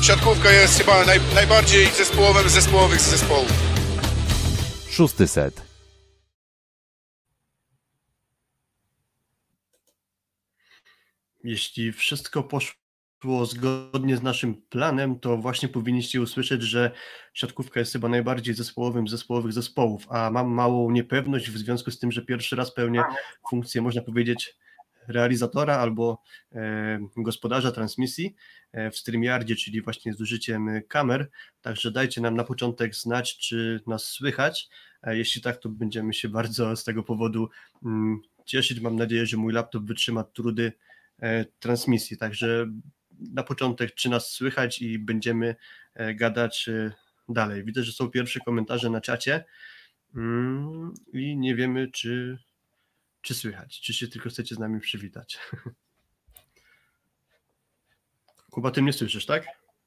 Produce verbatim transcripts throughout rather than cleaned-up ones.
siatkówka jest chyba naj, najbardziej zespołowym zespołowych zespołów. Szósty set. Jeśli wszystko poszło zgodnie z naszym planem, to właśnie powinniście usłyszeć, że siatkówka jest chyba najbardziej zespołowym zespołowych zespołów, a mam małą niepewność w związku z tym, że pierwszy raz pełnię funkcję, można powiedzieć, realizatora albo e, gospodarza transmisji e, w StreamYardzie, czyli właśnie z użyciem kamer, także dajcie nam na początek znać, czy nas słychać, e, jeśli tak, to będziemy się bardzo z tego powodu mm, cieszyć, mam nadzieję, że mój laptop wytrzyma trudy e, transmisji, także na początek, czy nas słychać i będziemy e, gadać e, dalej. Widzę, że są pierwsze komentarze na czacie mm, i nie wiemy, czy Czy słychać? Czy się tylko chcecie z nami przywitać? Kuba, ty mnie słyszysz, tak?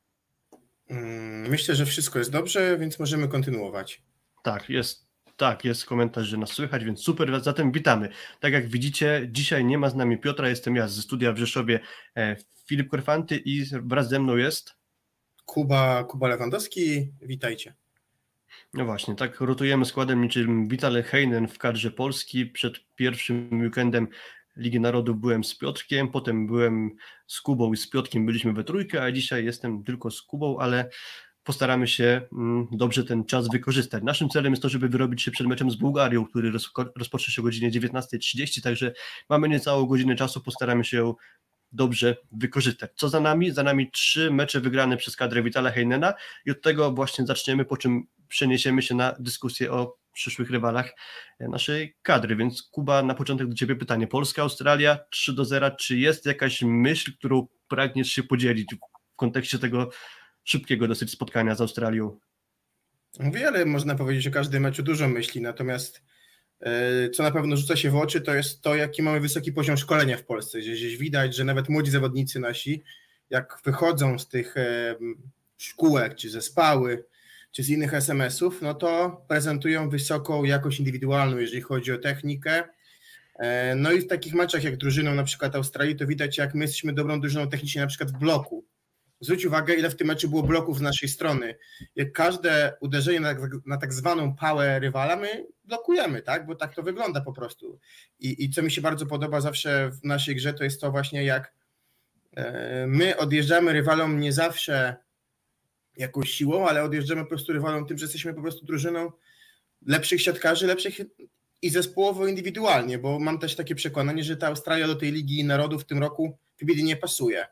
Myślę, że wszystko jest dobrze, więc możemy kontynuować. Tak, jest, tak, jest komentarz, że nas słychać, więc super, zatem witamy. Tak jak widzicie, dzisiaj nie ma z nami Piotra, jestem ja ze studia w Rzeszowie, e, Filip Korfanty i wraz ze mną jest... Kuba, Kuba Lewandowski, witajcie. No właśnie, tak rotujemy składem niczym Vital Heinen w kadrze Polski. Przed pierwszym weekendem Ligi Narodów byłem z Piotrkiem, potem byłem z Kubą i z Piotrkiem byliśmy we trójkę, a dzisiaj jestem tylko z Kubą, ale postaramy się dobrze ten czas wykorzystać. Naszym celem jest to, żeby wyrobić się przed meczem z Bułgarią, który rozpocznie się o godzinie dziewiętnasta trzydzieści, także mamy niecałą godzinę czasu, postaramy się dobrze wykorzystać. Co za nami? Za nami trzy mecze wygrane przez kadrę Vitala Heinena i od tego właśnie zaczniemy, po czym przeniesiemy się na dyskusję o przyszłych rywalach naszej kadry, więc Kuba, na początek do Ciebie pytanie. Polska, Australia trzy do zera, czy jest jakaś myśl, którą pragniesz się podzielić w kontekście tego szybkiego dosyć spotkania z Australią? Wiele można powiedzieć o każdym meczu, dużo myśli, natomiast co na pewno rzuca się w oczy, to jest to, jaki mamy wysoki poziom szkolenia w Polsce, gdzie gdzieś widać, że nawet młodzi zawodnicy nasi, jak wychodzą z tych szkółek, czy zespały, czy z innych es em esów, no to prezentują wysoką jakość indywidualną, jeżeli chodzi o technikę. No i w takich meczach jak drużyną na przykład Australii, to widać, jak my jesteśmy dobrą drużyną technicznie na przykład w bloku. Zwróć uwagę, ile w tym meczu było bloków z naszej strony. Jak każde uderzenie na, na tak zwaną pałę rywala, my blokujemy, tak? Bo tak to wygląda po prostu. I, I co mi się bardzo podoba zawsze w naszej grze, to jest to właśnie, jak e, my odjeżdżamy rywalom nie zawsze jakąś siłą, ale odjeżdżamy po prostu rywalom tym, że jesteśmy po prostu drużyną lepszych siatkarzy, lepszych i zespołowo, indywidualnie, bo mam też takie przekonanie, że ta Australia do tej Ligi Narodów w tym roku wybitnie nie pasuje.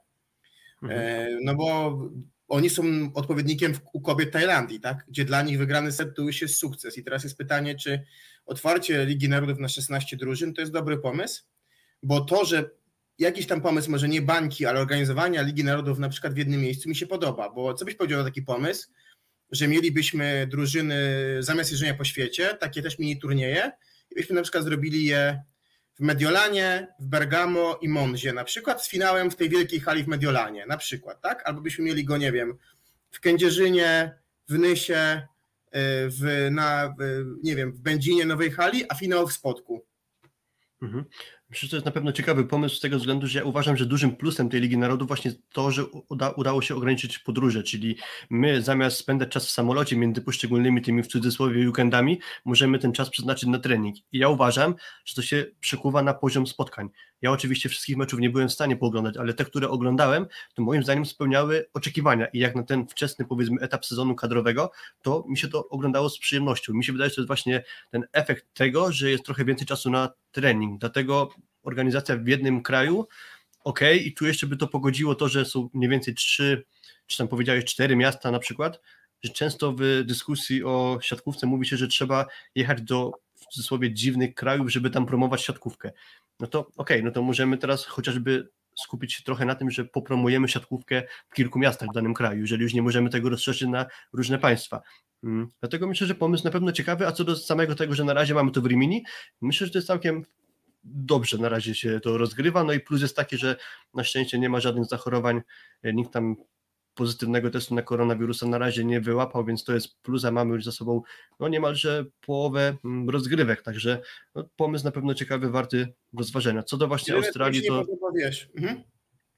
No bo oni są odpowiednikiem u kobiet Tajlandii, tak? Gdzie dla nich wygrany set to już jest sukces. I teraz jest pytanie, czy otwarcie Ligi Narodów na szesnaście drużyn to jest dobry pomysł, bo to, że jakiś tam pomysł, może nie bańki, ale organizowania Ligi Narodów na przykład w jednym miejscu mi się podoba, bo co byś powiedział na taki pomysł, że mielibyśmy drużyny zamiast jeżdżenia po świecie, takie też mini turnieje i byśmy na przykład zrobili je w Mediolanie, w Bergamo i Monzie, na przykład z finałem w tej wielkiej hali w Mediolanie, na przykład, tak? Albo byśmy mieli go, nie wiem, w Kędzierzynie, w Nysie, w, na, w, nie wiem, w Będzinie nowej hali, a finał w Spodku. Mhm. Myślę, że to jest na pewno ciekawy pomysł z tego względu, że ja uważam, że dużym plusem tej Ligi Narodów właśnie to, że uda, udało się ograniczyć podróże, czyli my zamiast spędzać czas w samolocie między poszczególnymi tymi w cudzysłowie weekendami, możemy ten czas przeznaczyć na trening. I ja uważam, że to się przekuwa na poziom spotkań. Ja oczywiście wszystkich meczów nie byłem w stanie pooglądać, ale te, które oglądałem, to moim zdaniem spełniały oczekiwania i jak na ten wczesny, powiedzmy, etap sezonu kadrowego, to mi się to oglądało z przyjemnością. Mi się wydaje, że to jest właśnie ten efekt tego, że jest trochę więcej czasu na trening, dlatego organizacja w jednym kraju, ok, i tu jeszcze by to pogodziło to, że są mniej więcej trzy, czy tam powiedziałeś cztery miasta na przykład, że często w dyskusji o siatkówce mówi się, że trzeba jechać do w cudzysłowie dziwnych krajów, żeby tam promować siatkówkę. No to okej, okay, no to możemy teraz chociażby skupić się trochę na tym, że popromujemy siatkówkę w kilku miastach w danym kraju, jeżeli już nie możemy tego rozszerzyć na różne państwa. Hmm. Dlatego myślę, że pomysł na pewno ciekawy, a co do samego tego, że na razie mamy to w Rimini, myślę, że to jest całkiem dobrze na razie się to rozgrywa, no i plus jest taki, że na szczęście nie ma żadnych zachorowań, nikt tam pozytywnego testu na koronawirusa na razie nie wyłapał, więc to jest plus, a mamy już za sobą no niemalże połowę rozgrywek, także no, pomysł na pewno ciekawy, warty rozważenia. Co do właśnie Australii, to... Podoba, wiesz. Mhm.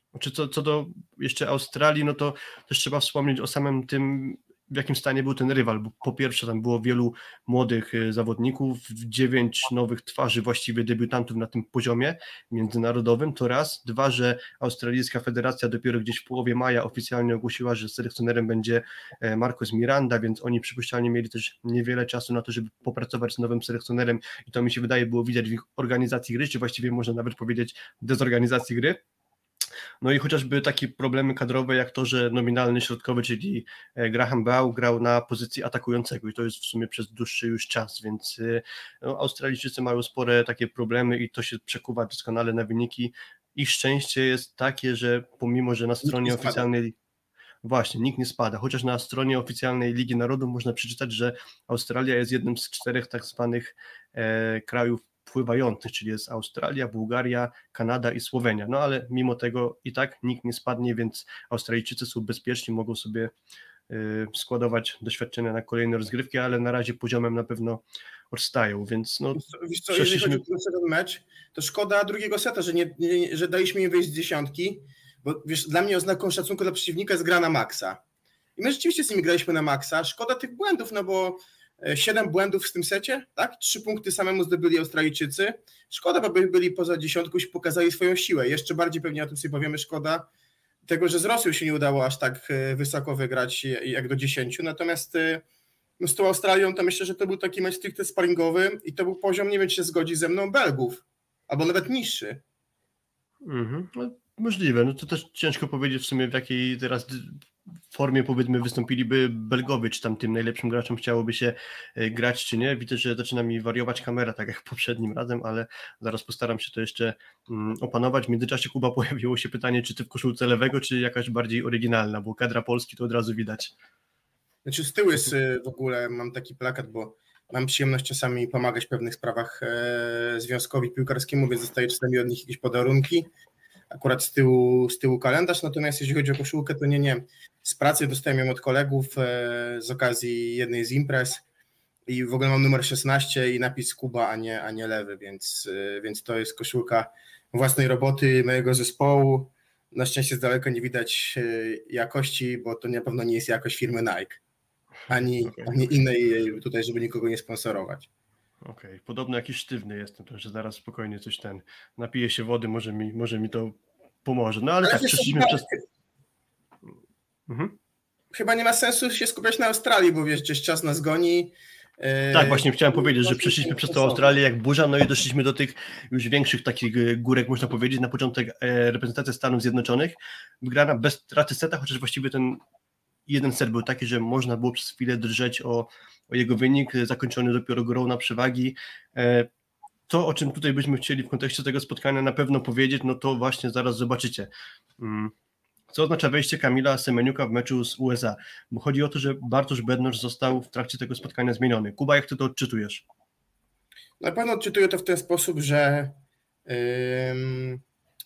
Znaczy co, co do jeszcze Australii, no to też trzeba wspomnieć o samym tym, w jakim stanie był ten rywal, bo po pierwsze tam było wielu młodych zawodników, dziewięć nowych twarzy, właściwie debiutantów na tym poziomie międzynarodowym, to raz, dwa, że australijska federacja dopiero gdzieś w połowie maja oficjalnie ogłosiła, że selekcjonerem będzie Marcos Miranda, więc oni przypuszczalnie mieli też niewiele czasu na to, żeby popracować z nowym selekcjonerem i to mi się wydaje było widać w ich organizacji gry, czy właściwie można nawet powiedzieć dezorganizacji gry. No i chociażby takie problemy kadrowe jak to, że nominalny środkowy, czyli Graham Bell grał na pozycji atakującego i to jest w sumie przez dłuższy już czas, więc no, Australijczycy mają spore takie problemy i to się przekuwa doskonale na wyniki. Ich szczęście jest takie, że pomimo, że na stronie oficjalnej właśnie nikt nie spada, chociaż na stronie oficjalnej Ligi Narodów można przeczytać, że Australia jest jednym z czterech tak zwanych e, krajów pływających, czyli jest Australia, Bułgaria, Kanada i Słowenia. No ale mimo tego i tak nikt nie spadnie, więc Australijczycy są bezpieczni, mogą sobie y, składować doświadczenia na kolejne rozgrywki, ale na razie poziomem na pewno odstają, więc no... Wiesz co, jeżeli chodzi o ten mecz, to szkoda drugiego seta, że, nie, nie, że daliśmy im wyjść z dziesiątki, bo wiesz, dla mnie oznaką szacunku dla przeciwnika jest gra na maksa. I my rzeczywiście z nimi graliśmy na maksa. Szkoda tych błędów, no bo siedem błędów w tym secie, tak? Trzy punkty samemu zdobyli Australijczycy. Szkoda, bo by byli poza dziesiątką i pokazali swoją siłę. Jeszcze bardziej pewnie o tym sobie powiemy, szkoda tego, że z Rosją się nie udało aż tak wysoko wygrać jak do dziesięciu. Natomiast no, z tą Australią to myślę, że to był taki mecz stricte sparingowy i to był poziom, nie wiem, czy się zgodzi ze mną, Belgów. Albo nawet niższy. Mhm. No, możliwe. No to też ciężko powiedzieć w sumie, w jakiej teraz formie powiedzmy wystąpiliby Belgowie, czy tam tym najlepszym graczom chciałoby się grać, czy nie. Widzę, że zaczyna mi wariować kamera, tak jak poprzednim razem, ale zaraz postaram się to jeszcze um, opanować. W międzyczasie, Kuba, pojawiło się pytanie, czy ty w koszulce lewego, czy jakaś bardziej oryginalna, bo kadra Polski to od razu widać. Znaczy z tyłu jest w ogóle, mam taki plakat, bo mam przyjemność czasami pomagać w pewnych sprawach e, związkowi piłkarskiemu, więc dostaję czasami od nich jakieś podarunki. Akurat z tyłu, z tyłu kalendarz, natomiast jeśli chodzi o koszulkę, to nie, nie. Z pracy dostałem ją od kolegów e, z okazji jednej z imprez i w ogóle mam numer szesnaście i napis Kuba, a nie, a nie lewy, więc, e, więc to jest koszulka własnej roboty, mojego zespołu. Na szczęście z daleka nie widać e, jakości, bo to na pewno nie jest jakość firmy Nike, ani, okay. ani innej tutaj, żeby nikogo nie sponsorować. Okej, okay. Podobno jakiś sztywny jestem, to że zaraz spokojnie coś ten, napiję się wody, może mi, może mi to pomoże. No ale, ale tak, przeszliśmy przez... Mhm. Chyba nie ma sensu się skupiać na Australii, bo wiesz, gdzieś czas nas goni. Tak, właśnie chciałem powiedzieć, że przeszliśmy przez tą Australię jak burza, no i doszliśmy do tych już większych takich górek, można powiedzieć. Na początek reprezentacja Stanów Zjednoczonych, wygrana bez straty seta, chociaż właściwie ten jeden set był taki, że można było przez chwilę drżeć o, o jego wynik, zakończony dopiero grą na przewagi. To, o czym tutaj byśmy chcieli w kontekście tego spotkania na pewno powiedzieć, no to właśnie zaraz zobaczycie. Co oznacza wejście Kamila Semeniuka w meczu z U S A? Bo chodzi o to, że Bartosz Bednosz został w trakcie tego spotkania zmieniony. Kuba, jak ty to odczytujesz? Na pewno odczytuję to w ten sposób, że ym,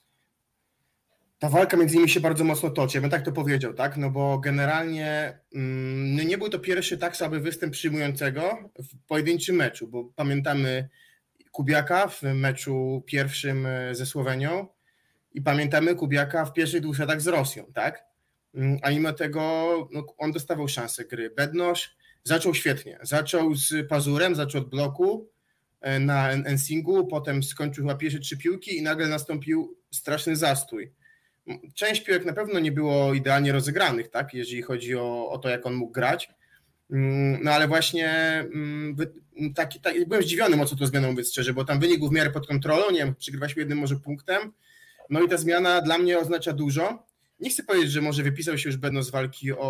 ta walka między nimi się bardzo mocno toczy. Ja bym tak to powiedział, tak? No bo generalnie ym, nie był to pierwszy tak słaby występ przyjmującego w pojedynczym meczu, bo pamiętamy Kubiaka w meczu pierwszym ze Słowenią, i pamiętamy Kubiaka w pierwszych dwóch setach z Rosją, tak? A mimo tego no, on dostawał szansę gry. Bednosz zaczął świetnie. Zaczął z pazurem, zaczął od bloku na ensingu, potem skończył chyba pierwsze trzy piłki i nagle nastąpił straszny zastój. Część piłek na pewno nie było idealnie rozegranych, tak? Jeżeli chodzi o, o to, jak on mógł grać. No ale właśnie taki, taki, byłem zdziwiony mocno tą zmianą, mówiąc szczerze, bo tam wynik był w miarę pod kontrolą, nie wiem, przegrywaliśmy jednym może punktem. No i ta zmiana dla mnie oznacza dużo. Nie chcę powiedzieć, że może wypisał się już Bednosz z walki o,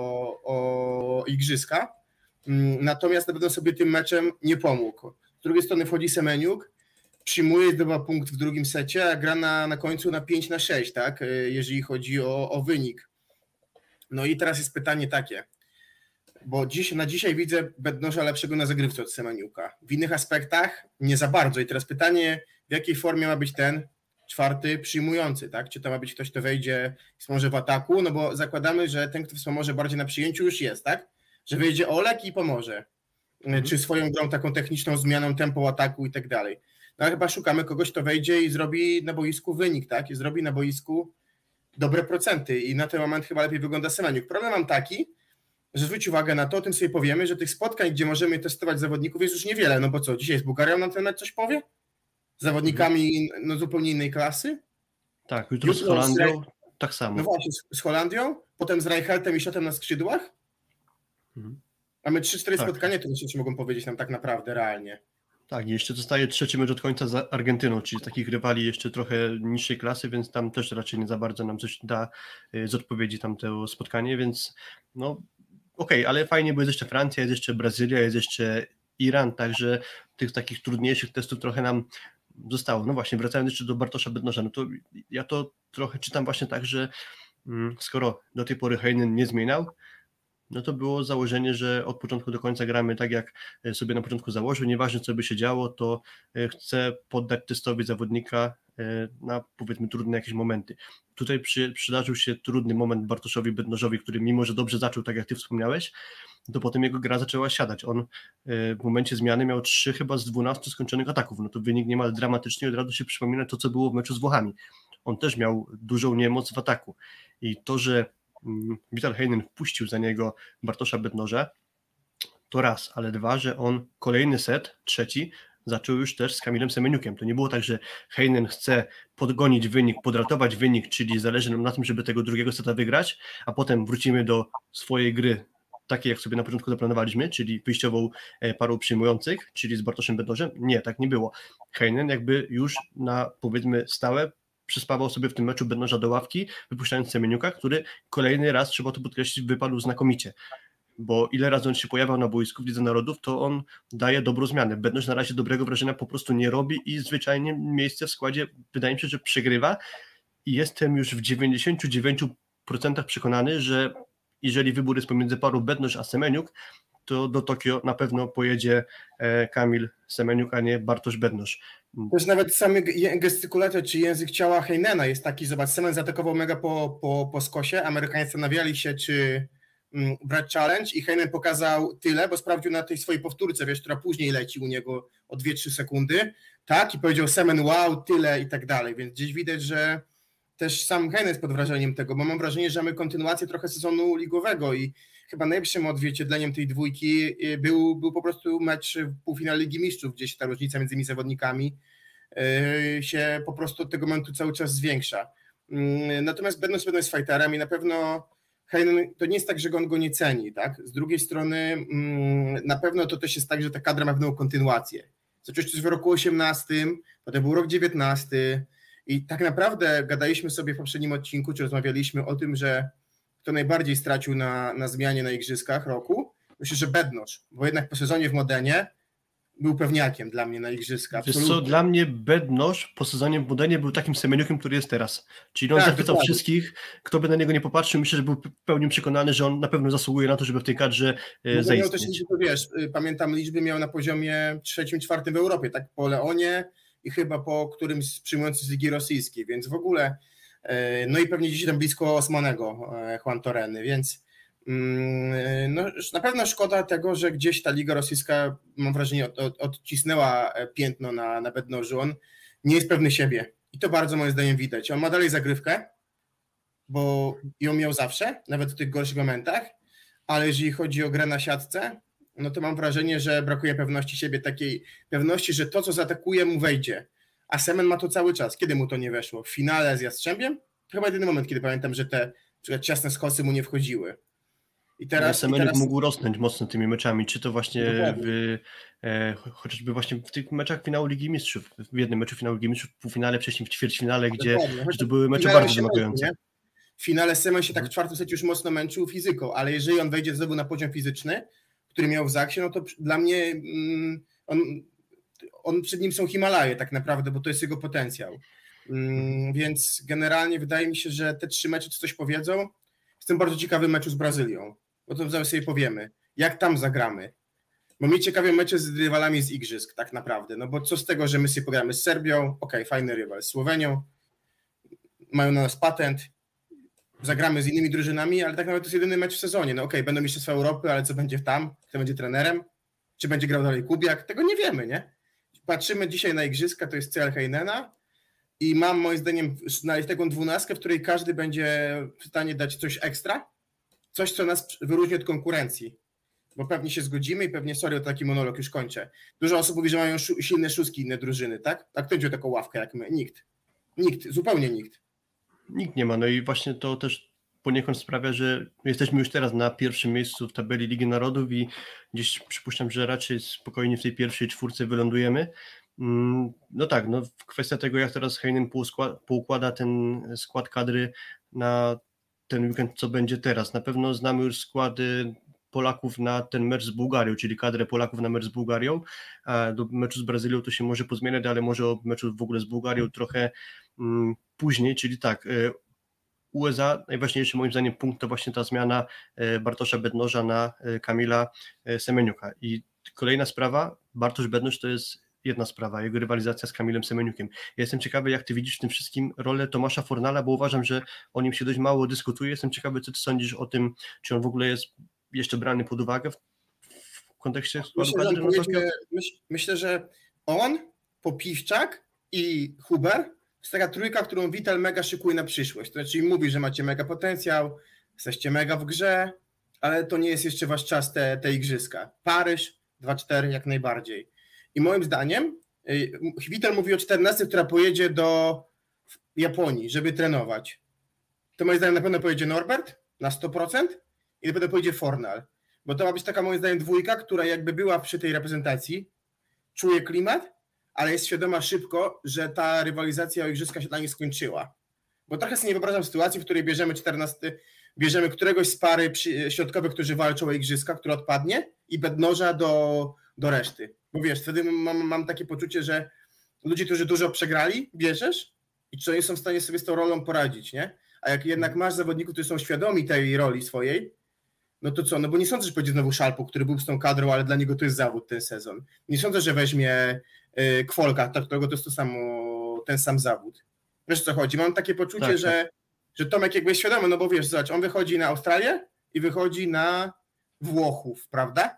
o igrzyska, natomiast na pewno sobie tym meczem nie pomógł. Z drugiej strony wchodzi Semeniuk, przyjmuje, zdobywa punkt w drugim secie, a gra na, na końcu na pięć na sześć, tak, jeżeli chodzi o, o wynik. No i teraz jest pytanie takie, bo dziś, na dzisiaj widzę Bednosza lepszego na zagrywce od Semeniuka. W innych aspektach nie za bardzo. I teraz pytanie, w jakiej formie ma być ten czwarty przyjmujący, tak? Czy to ma być ktoś, kto wejdzie wspomoże w ataku, no bo zakładamy, że ten, kto wspomoże bardziej na przyjęciu już jest, tak? Że wejdzie Olek i pomoże. Mhm. Czy swoją grą taką techniczną zmianą tempo ataku i tak dalej. No ale chyba szukamy kogoś, kto wejdzie i zrobi na boisku wynik, tak? I zrobi na boisku dobre procenty i na ten moment chyba lepiej wygląda Semeniuk. Problem mam taki, że zwróć uwagę na to, o tym sobie powiemy, że tych spotkań, gdzie możemy testować zawodników jest już niewiele, no bo co, dzisiaj z Bułgarią na ten mecz coś powie? Z zawodnikami no, zupełnie innej klasy? Tak, jutro, jutro z Holandią z... tak samo. No właśnie, z, z Holandią, potem z Reicheltem i Schotem na skrzydłach. Mhm. Mamy trzy cztery tak. spotkania, to się mogą powiedzieć nam tak naprawdę realnie. Tak, i jeszcze zostaje trzeci mecz od końca z Argentyną, czyli takich rywali jeszcze trochę niższej klasy, więc tam też raczej nie za bardzo nam coś da z odpowiedzi tamtego spotkanie, więc no okej, okay, ale fajnie, bo jest jeszcze Francja, jest jeszcze Brazylia, jest jeszcze Iran, także tych takich trudniejszych testów trochę nam zostało. No właśnie, wracając jeszcze do Bartosza Bednarza, no to ja to trochę czytam właśnie tak, że mm, skoro do tej pory Heinen nie zmieniał, no to było założenie, że od początku do końca gramy tak, jak sobie na początku założył, nieważne co by się działo, to chcę poddać testowi zawodnika na powiedzmy trudne jakieś momenty. Tutaj przy, przydarzył się trudny moment Bartoszowi Bednarzowi, który mimo, że dobrze zaczął, tak jak ty wspomniałeś, to potem jego gra zaczęła siadać. On w momencie zmiany miał trzy chyba z dwunastu skończonych ataków, no to wynik niemal dramatycznie, od razu się przypomina to, co było w meczu z Włochami. On też miał dużą niemoc w ataku i to, że Vital Heinen wpuścił za niego Bartosza Bednarza, to raz, ale dwa, że on kolejny set, trzeci, zaczął już też z Kamilem Semeniukiem. To nie było tak, że Heinen chce podgonić wynik, podratować wynik, czyli zależy nam na tym, żeby tego drugiego seta wygrać, a potem wrócimy do swojej gry, takiej jak sobie na początku zaplanowaliśmy, czyli wyjściową parą przyjmujących, czyli z Bartoszem Bednarzem. Nie, tak nie było. Heinen jakby już na powiedzmy stałe przyspawał sobie w tym meczu Bednarza do ławki, wypuszczając Semeniuka, który kolejny raz, trzeba to podkreślić, wypadł znakomicie. Bo ile razy on się pojawiał na boisku w Lidze Narodów, to on daje dobrą zmianę. Bednarz na razie dobrego wrażenia po prostu nie robi i zwyczajnie miejsce w składzie, wydaje mi się, że przegrywa i jestem już w dziewięćdziesięciu dziewięciu procentach przekonany, że jeżeli wybór jest pomiędzy parą Bednarz a Semeniuk, to do Tokio na pewno pojedzie Kamil Semeniuk, a nie Bartosz Bednarz. Też nawet same gestykulacja czy język ciała Heinena jest taki, zobacz, Semen zaatakował mega po, po, po skosie, Amerykanie zastanawiali się, czy mm, brać challenge i Heinen pokazał tyle, bo sprawdził na tej swojej powtórce, wiesz, która później leci u niego o dwie trzy sekundy, tak, i powiedział Semen wow, tyle i tak dalej, więc gdzieś widać, że też sam Heinen jest pod wrażeniem tego, bo mam wrażenie, że mamy kontynuację trochę sezonu ligowego i chyba najlepszym odzwierciedleniem tej dwójki był, był po prostu mecz w półfinale Ligi Mistrzów, gdzie się ta różnica między tymi zawodnikami yy, się po prostu od tego momentu cały czas zwiększa. Yy, natomiast Bednarz jest fighterem i na pewno Heinen, to nie jest tak, że on go nie ceni, tak? Z drugiej strony yy, na pewno to też jest tak, że ta kadra ma pewną kontynuację. Zacząłeś coś w roku osiemnastym, potem był rok dziewiętnasty i tak naprawdę gadaliśmy sobie w poprzednim odcinku, czy rozmawialiśmy o tym, że kto najbardziej stracił na, na zmianie na igrzyskach roku? Myślę, że Bednarz, bo jednak po sezonie w Modenie był pewniakiem dla mnie na igrzyskach. Wiesz co, dla mnie Bednarz po sezonie w Modenie był takim Semeniukiem, który jest teraz. Czyli on tak, zachwycał tak. wszystkich, kto by na niego nie popatrzył, myślę, że był w pełni przekonany, że on na pewno zasługuje na to, żeby w tej kadrze no zaistnieć. Też, wiesz, pamiętam, liczby miał na poziomie trzecim, czwartym w Europie, tak po Leonie i chyba po którymś z przyjmujących z Ligi Rosyjskiej, więc w ogóle no i pewnie gdzieś tam blisko Osmanego Juan Torreny, więc no, na pewno szkoda tego, że gdzieś ta Liga Rosyjska, mam wrażenie, od, od, odcisnęła piętno na, na Bednarzu. On nie jest pewny siebie i to bardzo moim zdaniem widać. On ma dalej zagrywkę, bo ją miał zawsze, nawet w tych gorszych momentach, ale jeżeli chodzi o grę na siatce, no to mam wrażenie, że brakuje pewności siebie, takiej pewności, że to, co zaatakuje, mu wejdzie. A Semen ma to cały czas. Kiedy mu to nie weszło? W finale z Jastrzębiem? To chyba jedyny moment, kiedy pamiętam, że te ciasne skosy mu nie wchodziły. I teraz, Semenik i teraz... mógł rosnąć mocno tymi meczami, czy to właśnie w, e, chociażby właśnie w tych meczach finału Ligi Mistrzów, w jednym meczu finału Ligi Mistrzów, w półfinale, wcześniej w ćwierćfinale, gdzie, gdzie to były mecze bardzo wymagające. W finale Semen się tak w czwartym secie już mocno męczył fizyką, ale jeżeli on wejdzie znowu na poziom fizyczny, który miał w Zaksie, no to dla mnie mm, on, on przed nim są Himalaje tak naprawdę, bo to jest jego potencjał. Mm, więc generalnie wydaje mi się, że te trzy mecze coś powiedzą. Jestem bardzo ciekawy meczu z Brazylią, bo to zaraz sobie powiemy, jak tam zagramy. Bo mnie ciekawią mecze z rywalami z igrzysk tak naprawdę, no bo co z tego, że my sobie pogramy z Serbią, okej, okay, fajny rywal, z Słowenią, mają na nas patent, zagramy z innymi drużynami, ale tak naprawdę to jest jedyny mecz w sezonie. No okej, okay, będą mistrzostwa Europy, ale co będzie tam? Kto będzie trenerem? Czy będzie grał dalej Kubiak? Tego nie wiemy, nie? Patrzymy dzisiaj na igrzyska, to jest cel Heinena i mam moim zdaniem znaleźć taką dwunastkę, w której każdy będzie w stanie dać coś ekstra, coś, co nas wyróżni od konkurencji. Bo pewnie się zgodzimy i pewnie, sorry, o taki monolog już kończę. Dużo osób mówi, że mają szu- silne szóstki inne drużyny, tak? A kto wziął taką ławkę jak my? Nikt. Nikt, zupełnie nikt. Nikt nie ma, no i właśnie to też poniekąd sprawia, że jesteśmy już teraz na pierwszym miejscu w tabeli Ligi Narodów i gdzieś przypuszczam, że raczej spokojnie w tej pierwszej czwórce wylądujemy. No tak, no kwestia tego, jak teraz Heinen poukłada ten skład kadry na ten weekend, co będzie teraz. Na pewno znamy już składy Polaków na ten mecz z Bułgarią, czyli kadrę Polaków na mecz z Bułgarią. A do meczu z Brazylią to się może pozmieniać, ale może o meczu w ogóle z Bułgarią trochę mm, później, czyli tak, U S A, najważniejszy moim zdaniem punkt to właśnie ta zmiana Bartosza Bednoża na Kamila Semeniuka. I kolejna sprawa, Bartosz Bednoż to jest jedna sprawa, jego rywalizacja z Kamilem Semeniukiem. Ja jestem ciekawy, jak ty widzisz w tym wszystkim rolę Tomasza Fornala, bo uważam, że o nim się dość mało dyskutuje. Jestem ciekawy, co ty sądzisz o tym, czy on w ogóle jest jeszcze brany pod uwagę w, w kontekście składu myślę, kadry? że pojedzie, myśl, myślę, że on, Popiwczak i Huber to jest taka trójka, którą Vital mega szykuje na przyszłość. To znaczy mówi, że macie mega potencjał, jesteście mega w grze, ale to nie jest jeszcze wasz czas te, te igrzyska. Paryż, dwa cztery jak najbardziej. I moim zdaniem Vital mówi o czternastce, która pojedzie do Japonii, żeby trenować. To moim zdaniem na pewno pojedzie Norbert na sto procent i na pewno pojedzie Fornal. Bo to ma być taka moim zdaniem dwójka, która jakby była przy tej reprezentacji, czuje klimat, ale jest świadoma szybko, że ta rywalizacja o igrzyska się dla nich skończyła. Bo trochę sobie nie wyobrażam sytuacji, w której bierzemy czternasty, bierzemy któregoś z pary przy, środkowych, którzy walczą o igrzyska, który odpadnie i Bednoża do, do reszty. Bo wiesz, wtedy mam, mam takie poczucie, że ludzie, którzy dużo przegrali, bierzesz i czy oni są w stanie sobie z tą rolą poradzić, nie? A jak jednak masz zawodników, którzy są świadomi tej roli swojej, no to co? No bo nie sądzę, że będzie znowu Szalpu, który był z tą kadrą, ale dla niego to jest zawód ten sezon. Nie sądzę, że weźmie y, Kwolka, tak, którego to jest to samo, ten sam zawód. Wiesz, o co chodzi? Mam takie poczucie, tak, że, tak. że Tomek jakby jest świadomy, no bo wiesz, zobacz, on wychodzi na Australię i wychodzi na Włochów, prawda?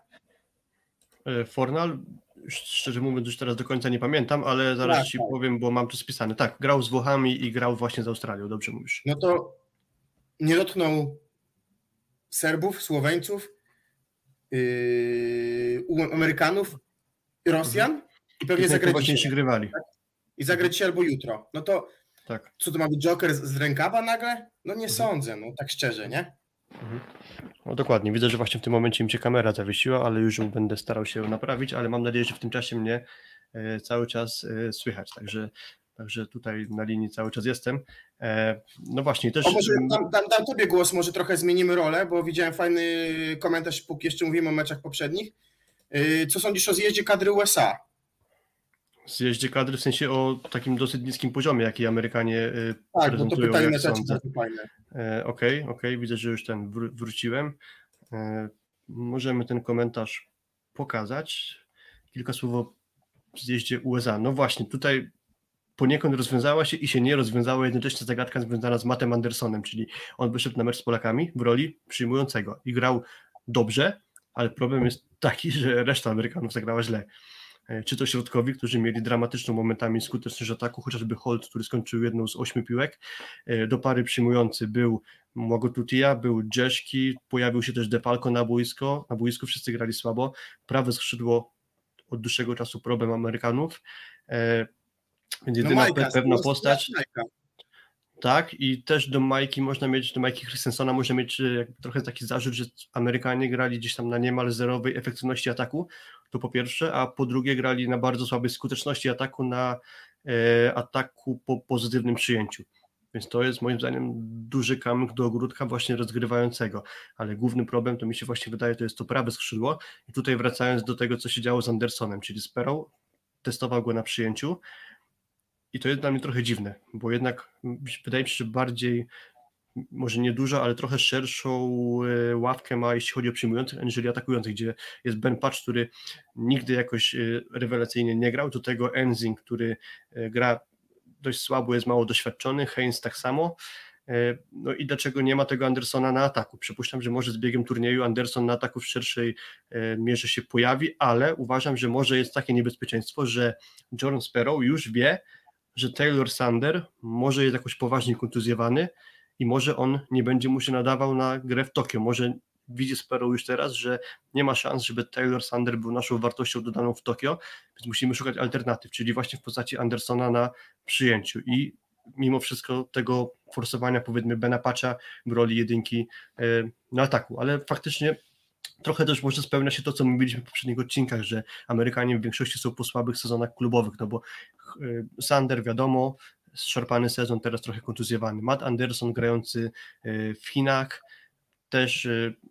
Fornal, szczerze mówiąc, już teraz do końca nie pamiętam, ale zaraz tak, ci tak. powiem, bo mam to spisane. Tak, grał z Włochami i grał właśnie z Australią, dobrze mówisz. No to nie dotknął Serbów, Słoweńców, yy, Amerykanów, Rosjan mhm. i pewnie zagrać dzisiaj. Grywali. Tak? I zagrać dzisiaj albo jutro. No to tak. Co to ma być, Joker z, z rękawa nagle? No nie mhm. sądzę, no tak szczerze, nie? Mhm. No dokładnie, widzę, że właśnie w tym momencie im się kamera zawiesiła, ale już ją będę starał się naprawić, ale mam nadzieję, że w tym czasie mnie e, cały czas e, słychać, także, także tutaj na linii cały czas jestem. E, no właśnie, też... O, może dam, dam, dam tobie głos, może trochę zmienimy rolę, bo widziałem fajny komentarz, póki jeszcze mówimy o meczach poprzednich. E, co sądzisz o zjeździe kadry U S A? Zjeździe kadry w sensie o takim dosyć niskim poziomie, jaki Amerykanie e, tak, prezentują. Tak, bo to pytanie na czacie jest fajne. Okej, okej, okay, okay, widzę, że już ten wró- wróciłem. E, możemy ten komentarz pokazać. Kilka słów o zjeździe U S A. No właśnie, tutaj poniekąd rozwiązała się i się nie rozwiązała jednocześnie zagadka związana z Mattem Andersonem, czyli on wyszedł na mecz z Polakami w roli przyjmującego i grał dobrze, ale problem jest taki, że reszta Amerykanów zagrała źle. Czy to środkowi, którzy mieli dramatyczną momentami skuteczność ataku, chociażby Holt, który skończył jedną z ośmiu piłek. Do pary przyjmujący był Mwagotutia, był Dzeszki, pojawił się też Defalco na boisko, na boisku wszyscy grali słabo. Prawe skrzydło od dłuższego czasu problem Amerykanów, więc jedyna no Majka, pewna postać. Tak, i też do Majki można mieć, do Majki Christensona można mieć trochę taki zarzut, że Amerykanie grali gdzieś tam na niemal zerowej efektywności ataku, to po pierwsze, a po drugie grali na bardzo słabej skuteczności ataku, na e, ataku po pozytywnym przyjęciu. Więc to jest moim zdaniem duży kamyk do ogródka właśnie rozgrywającego, ale główny problem to mi się właśnie wydaje, to jest to prawe skrzydło i tutaj wracając do tego, co się działo z Andersonem, czyli Sparrow testował go na przyjęciu, i to jest dla mnie trochę dziwne, bo jednak wydaje mi się, że bardziej, może nie dużo, ale trochę szerszą ławkę ma, jeśli chodzi o przyjmujących, aniżeli atakujących, gdzie jest Ben Patch, który nigdy jakoś rewelacyjnie nie grał, do tego Enzing, który gra dość słabo, jest mało doświadczony, Haynes tak samo. No i dlaczego nie ma tego Andersona na ataku? Przypuszczam, że może z biegiem turnieju Anderson na ataku w szerszej mierze się pojawi, ale uważam, że może jest takie niebezpieczeństwo, że Jordan Sparrow już wie, że Taylor Sander może jest jakoś poważnie kontuzjowany i może on nie będzie mu się nadawał na grę w Tokio. Może widzi Sparrow już teraz, że nie ma szans, żeby Taylor Sander był naszą wartością dodaną w Tokio, więc musimy szukać alternatyw, czyli właśnie w postaci Andersona na przyjęciu i mimo wszystko tego forsowania, powiedzmy, Bena Patcha w roli jedynki na ataku, ale faktycznie trochę też może spełnia się to, co mówiliśmy w poprzednich odcinkach, że Amerykanie w większości są po słabych sezonach klubowych, no bo Sander, wiadomo, szarpany sezon, teraz trochę kontuzjowany. Matt Anderson grający w Chinach, też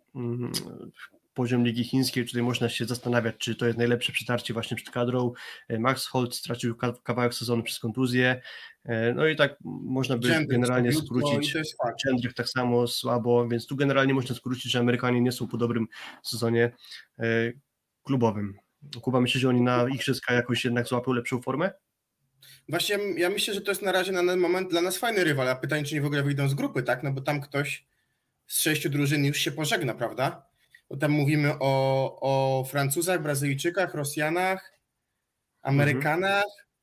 poziom Ligi Chińskiej, tutaj można się zastanawiać, czy to jest najlepsze przetarcie właśnie przed kadrą. Max Holt stracił kawałek sezonu przez kontuzję, no i tak można by Jędryk generalnie skrócić. Jędryk tak samo słabo, więc tu generalnie można skrócić, że Amerykanie nie są po dobrym sezonie klubowym. Kuba, myślisz, że oni na igrzyska jakoś jednak złapią lepszą formę? Właśnie ja myślę, że to jest na razie na ten moment dla nas fajny rywal, a pytanie, czy nie w ogóle wyjdą z grupy, tak? No bo tam ktoś z sześciu drużyn już się pożegna, prawda? Bo tam mówimy o, o Francuzach, Brazylijczykach, Rosjanach, Amerykanach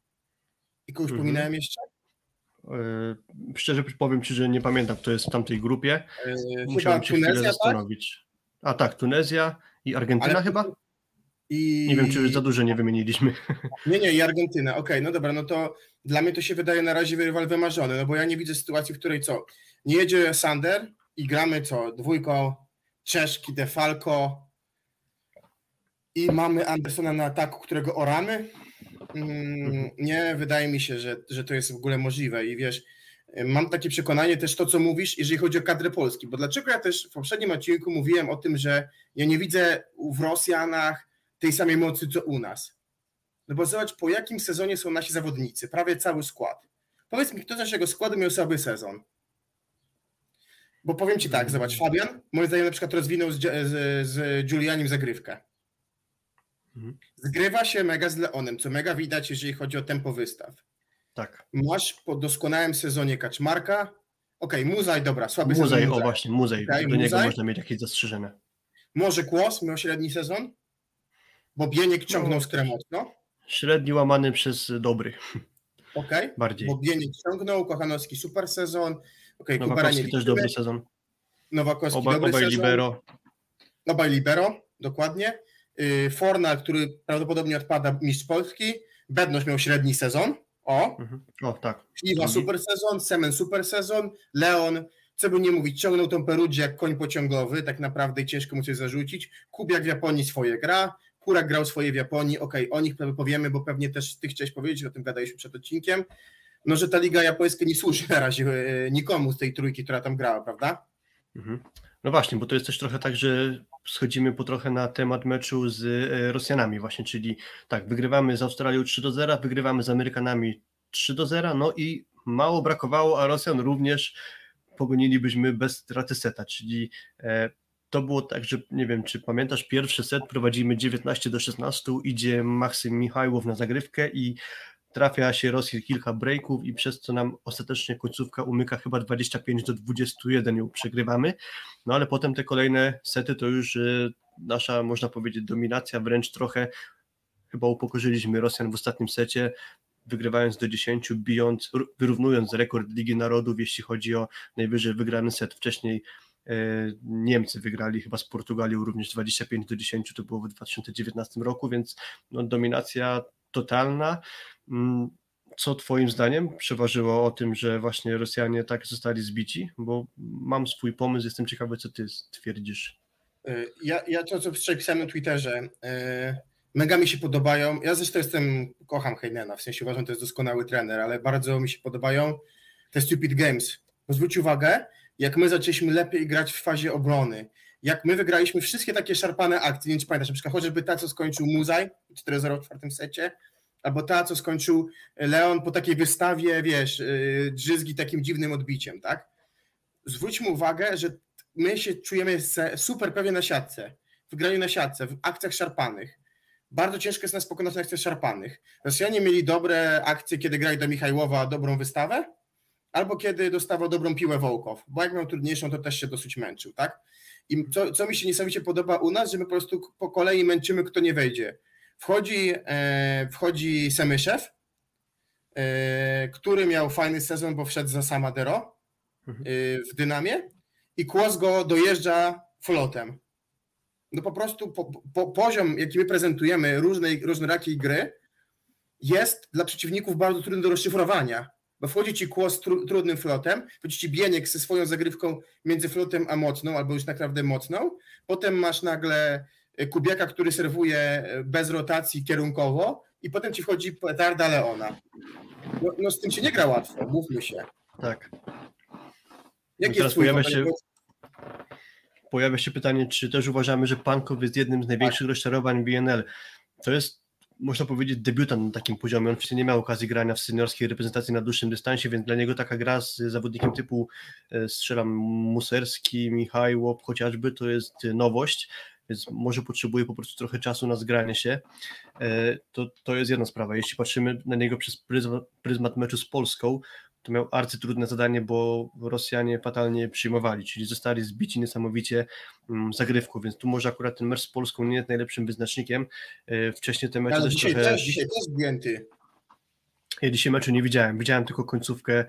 i kogoś mhm. pominąłem jeszcze? Yy, szczerze powiem Ci, że nie pamiętam, kto jest w tamtej grupie. Yy, Musiałem się chwilę zastanowić. Tak? A tak, Tunezja i Argentyna Ale... chyba? I... Nie wiem, czy już za dużo nie wymieniliśmy. Nie, nie, i Argentyna. Okej, okay, no dobra, no to dla mnie to się wydaje na razie rywal wymarzony, no bo ja nie widzę sytuacji, w której co? Nie jedzie Sander i gramy co? Dwójką Czeszki, De Falco i mamy Andersona na ataku, którego oramy? Mm, nie, wydaje mi się, że, że to jest w ogóle możliwe i wiesz, mam takie przekonanie też to, co mówisz, jeżeli chodzi o kadrę Polski, bo dlaczego ja też w poprzednim odcinku mówiłem o tym, że ja nie widzę w Rosjanach tej samej mocy, co u nas. No bo zobacz, po jakim sezonie są nasi zawodnicy, prawie cały skład. Powiedz mi, kto z naszego składu miał słaby sezon? Bo powiem Ci tak, zobacz, Fabian, moim zdaniem na przykład rozwinął z, z, z Giulianim zagrywkę. Zgrywa się mega z Leonem, co mega widać, jeżeli chodzi o tempo wystaw. Tak. Masz po doskonałym sezonie Kaczmarka. Okej, okay, Muzaj, dobra, słaby Muzaj, sezon. O właśnie, Muzaj, okay, do Muzaj. Niego można mieć jakieś zastrzeżenia. Może Kłos miał średni sezon? Bo Bieniek ciągnął no, skrę mocno. Średni łamany przez dobry. Okej, okay. Bardziej. Bo Bieniek ciągnął, Kochanowski super sezon. Okay, Nowakowski też dobry sezon. Nowakowski Oba, dobry obaj sezon. libero. Obaj libero, dokładnie. Forna, który prawdopodobnie odpada, mistrz Polski. Bednoś miał średni sezon. O, mhm. o tak. Iwa super sezon, Semen super sezon, Leon, co by nie mówić, ciągnął tą Perugię jak koń pociągowy, tak naprawdę ciężko mu coś zarzucić. Kubiak w Japonii swoje gra, Kurak grał swoje w Japonii, okej, okay, o nich powiemy, bo pewnie też ty chciałeś powiedzieć, o tym gadaliśmy przed odcinkiem, no że ta liga japońska nie służy na razie nikomu z tej trójki, która tam grała, prawda? Mhm. No właśnie, bo to jest też trochę tak, że schodzimy po trochę na temat meczu z Rosjanami właśnie, czyli tak, wygrywamy z Australią trzy do zera, wygrywamy z Amerykanami trzy do zera, no i mało brakowało, a Rosjan również pogonilibyśmy bez straty seta, czyli e, to było tak, że nie wiem, czy pamiętasz, pierwszy set prowadzimy dziewiętnaście do szesnastu, idzie Maksym Michajłow na zagrywkę i trafia się Rosji kilka breaków i przez co nam ostatecznie końcówka umyka chyba dwadzieścia pięć do dwudziestu jeden, ją przegrywamy, no ale potem te kolejne sety to już y, nasza, można powiedzieć, dominacja, wręcz trochę chyba upokorzyliśmy Rosjan w ostatnim secie, wygrywając do dziesięciu, bijąc, wyrównując rekord Ligi Narodów, jeśli chodzi o najwyżej wygrany set. Wcześniej y, Niemcy wygrali chyba z Portugalią również dwadzieścia pięć do dziesięciu, to było w dwa tysiące dziewiętnastym roku, więc no, dominacja totalna. Co twoim zdaniem przeważyło o tym, że właśnie Rosjanie tak zostali zbici? Bo mam swój pomysł, jestem ciekawy, co ty twierdzisz. Ja, ja to, co przepisałem na Twitterze, mega mi się podobają. Ja zresztą jestem, kocham Heinena, w sensie uważam, że to jest doskonały trener, ale bardzo mi się podobają te Stupid Games. Bo zwróć uwagę, jak my zaczęliśmy lepiej grać w fazie obrony, jak my wygraliśmy wszystkie takie szarpane akcje, nie wiem, czy pamiętasz, na przykład chociażby ta, co skończył Muzaj cztery zero w czwartym secie, albo ta, co skończył Leon po takiej wystawie, wiesz, drzyzgi takim dziwnym odbiciem, tak? Zwróćmy uwagę, że my się czujemy super pewnie na siatce, w graniu na siatce, w akcjach szarpanych. Bardzo ciężko jest nas pokonać na akcjach szarpanych. Rosjanie mieli dobre akcje, kiedy grali do Michajłowa dobrą wystawę, albo kiedy dostawał dobrą piłę Wołkow, bo jak miał trudniejszą, to też się dosyć męczył, tak? I co, co mi się niesamowicie podoba u nas, że my po prostu po kolei męczymy, kto nie wejdzie. Wchodzi, e, wchodzi Semyszew, który miał fajny sezon, bo wszedł za Samadero w Dynamie i Kłos go dojeżdża flotem. No po prostu po, po, poziom, jaki my prezentujemy różnej, różnorakiej gry jest dla przeciwników bardzo trudny do rozszyfrowania, bo wchodzi ci Kłos tru, trudnym flotem, wchodzi ci Bieniek ze swoją zagrywką między flotem a mocną, albo już naprawdę mocną, potem masz nagle Kubiaka, który serwuje bez rotacji kierunkowo i potem ci wchodzi petarda Leona. No, no z tym się nie gra łatwo, mówmy się. Tak. Jak no jest pojawia się, pojawia się pytanie, czy też uważamy, że Pankow jest jednym z największych tak. rozczarowań B N L. To jest, można powiedzieć, debiutant na takim poziomie. On wcześniej nie miał okazji grania w seniorskiej reprezentacji na dłuższym dystansie, więc dla niego taka gra z zawodnikiem typu strzelam Muserski, Michajłow chociażby, to jest nowość, więc może potrzebuje po prostu trochę czasu na zgranie się. To, to jest jedna sprawa. Jeśli patrzymy na niego przez pryzmat, pryzmat meczu z Polską, to miał arcytrudne zadanie, bo Rosjanie fatalnie przyjmowali, czyli zostali zbici niesamowicie zagrywką, więc tu może akurat ten mecz z Polską nie jest najlepszym wyznacznikiem. Wcześniej te mecze Ale też dzisiaj trochę... też, dzisiaj też zgięty. Ja dzisiaj meczu nie widziałem, widziałem tylko końcówkę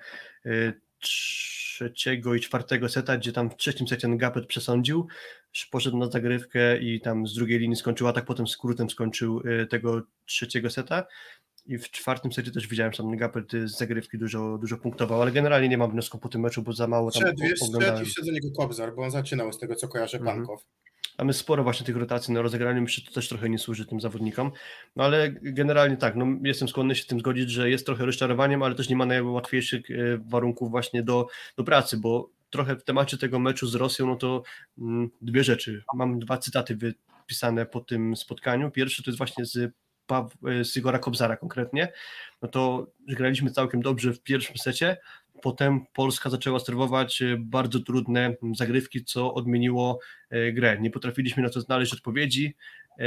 trzeciego i czwartego seta, gdzie tam w trzecim secie Ngapet przesądził, poszedł na zagrywkę i tam z drugiej linii skończył atak, potem skrótem skończył tego trzeciego seta. I w czwartym secie też widziałem, że tam Ngapet z zagrywki dużo, dużo punktował, ale generalnie nie mam wniosku po tym meczu, bo za mało tam oglądałem. Wszedł i wszedł do niego Kobzar, bo on zaczynał z tego, co kojarzę, mm-hmm. Pankow. Mamy sporo właśnie tych rotacji na rozegraniu, myślę, że to też trochę nie służy tym zawodnikom, no ale generalnie tak, no jestem skłonny się z tym zgodzić, że jest trochę rozczarowaniem, ale też nie ma najłatwiejszych warunków właśnie do, do pracy, bo trochę w temacie tego meczu z Rosją, no to mm, dwie rzeczy. Mam dwa cytaty wypisane po tym spotkaniu. Pierwszy to jest właśnie z z Igora Kobzara konkretnie, no to graliśmy całkiem dobrze w pierwszym secie, potem Polska zaczęła serwować bardzo trudne zagrywki, co odmieniło grę. Nie potrafiliśmy na to znaleźć odpowiedzi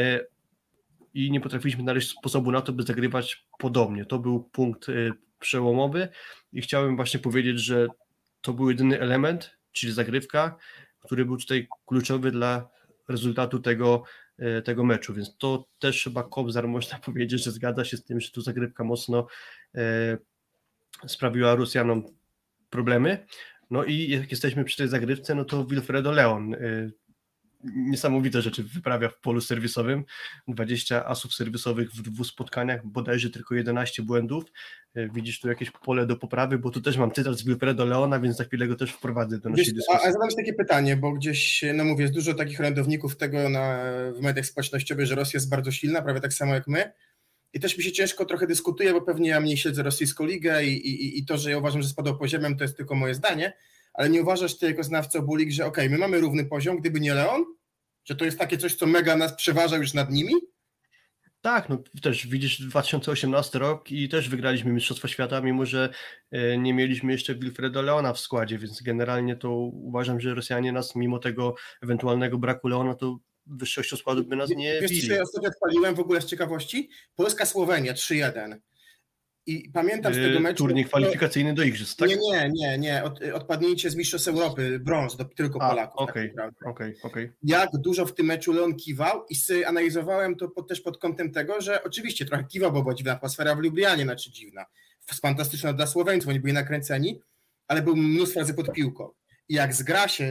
i nie potrafiliśmy znaleźć sposobu na to, by zagrywać podobnie. To był punkt przełomowy i chciałem właśnie powiedzieć, że to był jedyny element, czyli zagrywka, który był tutaj kluczowy dla rezultatu tego tego meczu, więc to też chyba Kobzar można powiedzieć, że zgadza się z tym, że tu zagrywka mocno e, sprawiła Rosjanom problemy. No i jak jesteśmy przy tej zagrywce, no to Wilfredo Leon e, niesamowite rzeczy wyprawia w polu serwisowym, dwadzieścia asów serwisowych w dwóch spotkaniach, bodajże tylko jedenaście błędów. E, widzisz tu jakieś pole do poprawy, bo tu też mam cytat z Wilfredo Leona, więc za chwilę go też wprowadzę do naszej Wiesz, dyskusji. A, a zadam takie pytanie, bo gdzieś, no mówię, jest dużo takich orędowników tego na, w mediach społecznościowych, że Rosja jest bardzo silna, prawie tak samo jak my. I też mi się ciężko trochę dyskutuje, bo pewnie ja mniej śledzę rosyjską ligę i, i, i to, że ja uważam, że spadł poziomem, to jest tylko moje zdanie, ale nie uważasz ty jako znawca obu lig, że okej, okay, my mamy równy poziom, gdyby nie Leon? Że to jest takie coś, co mega nas przeważa już nad nimi? Tak, no też widzisz dwa tysiące osiemnasty rok i też wygraliśmy Mistrzostwo Świata, mimo że nie mieliśmy jeszcze Wilfredo Leona w składzie, więc generalnie to uważam, że Rosjanie nas mimo tego ewentualnego braku Leona to wyższością składu by nas nie Wiesz, bili. co ja ostatnio odpaliłem w ogóle z ciekawości? Polska-Słowenia trzy jeden. I pamiętam z tego meczu... Turniej kwalifikacyjny do Igrzysk, tak? Nie, nie, nie, nie. Od, odpadnięcie z Mistrzostw Europy, brąz do tylko A, Polaków. Okej, tak okej, okej. Jak dużo w tym meczu Leon kiwał i sobie analizowałem to pod, też pod kątem tego, że oczywiście trochę kiwał, bo była dziwna atmosfera w Lublianie, znaczy dziwna. Fantastyczna dla Słoweńców, oni byli nakręceni, ale był mnóstwo razy pod piłką. I jak zgra się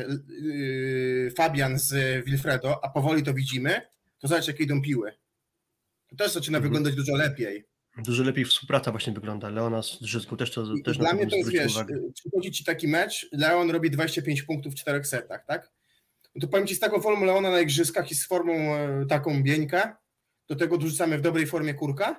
yy, Fabian z Wilfredo, a powoli to widzimy, to zobacz, jakie idą piły. To też zaczyna mhm. wyglądać dużo lepiej. Dużo lepiej współpraca właśnie wygląda. Leona z Drzysku też to I też dla na mnie to jest, wiesz, uwagę. przychodzi ci taki mecz, Leon robi dwadzieścia pięć punktów w czterech setach, tak? No to powiem ci, z taką formą Leona na igrzyskach i z formą e, taką Bieńka, do tego dorzucamy w dobrej formie Kurka,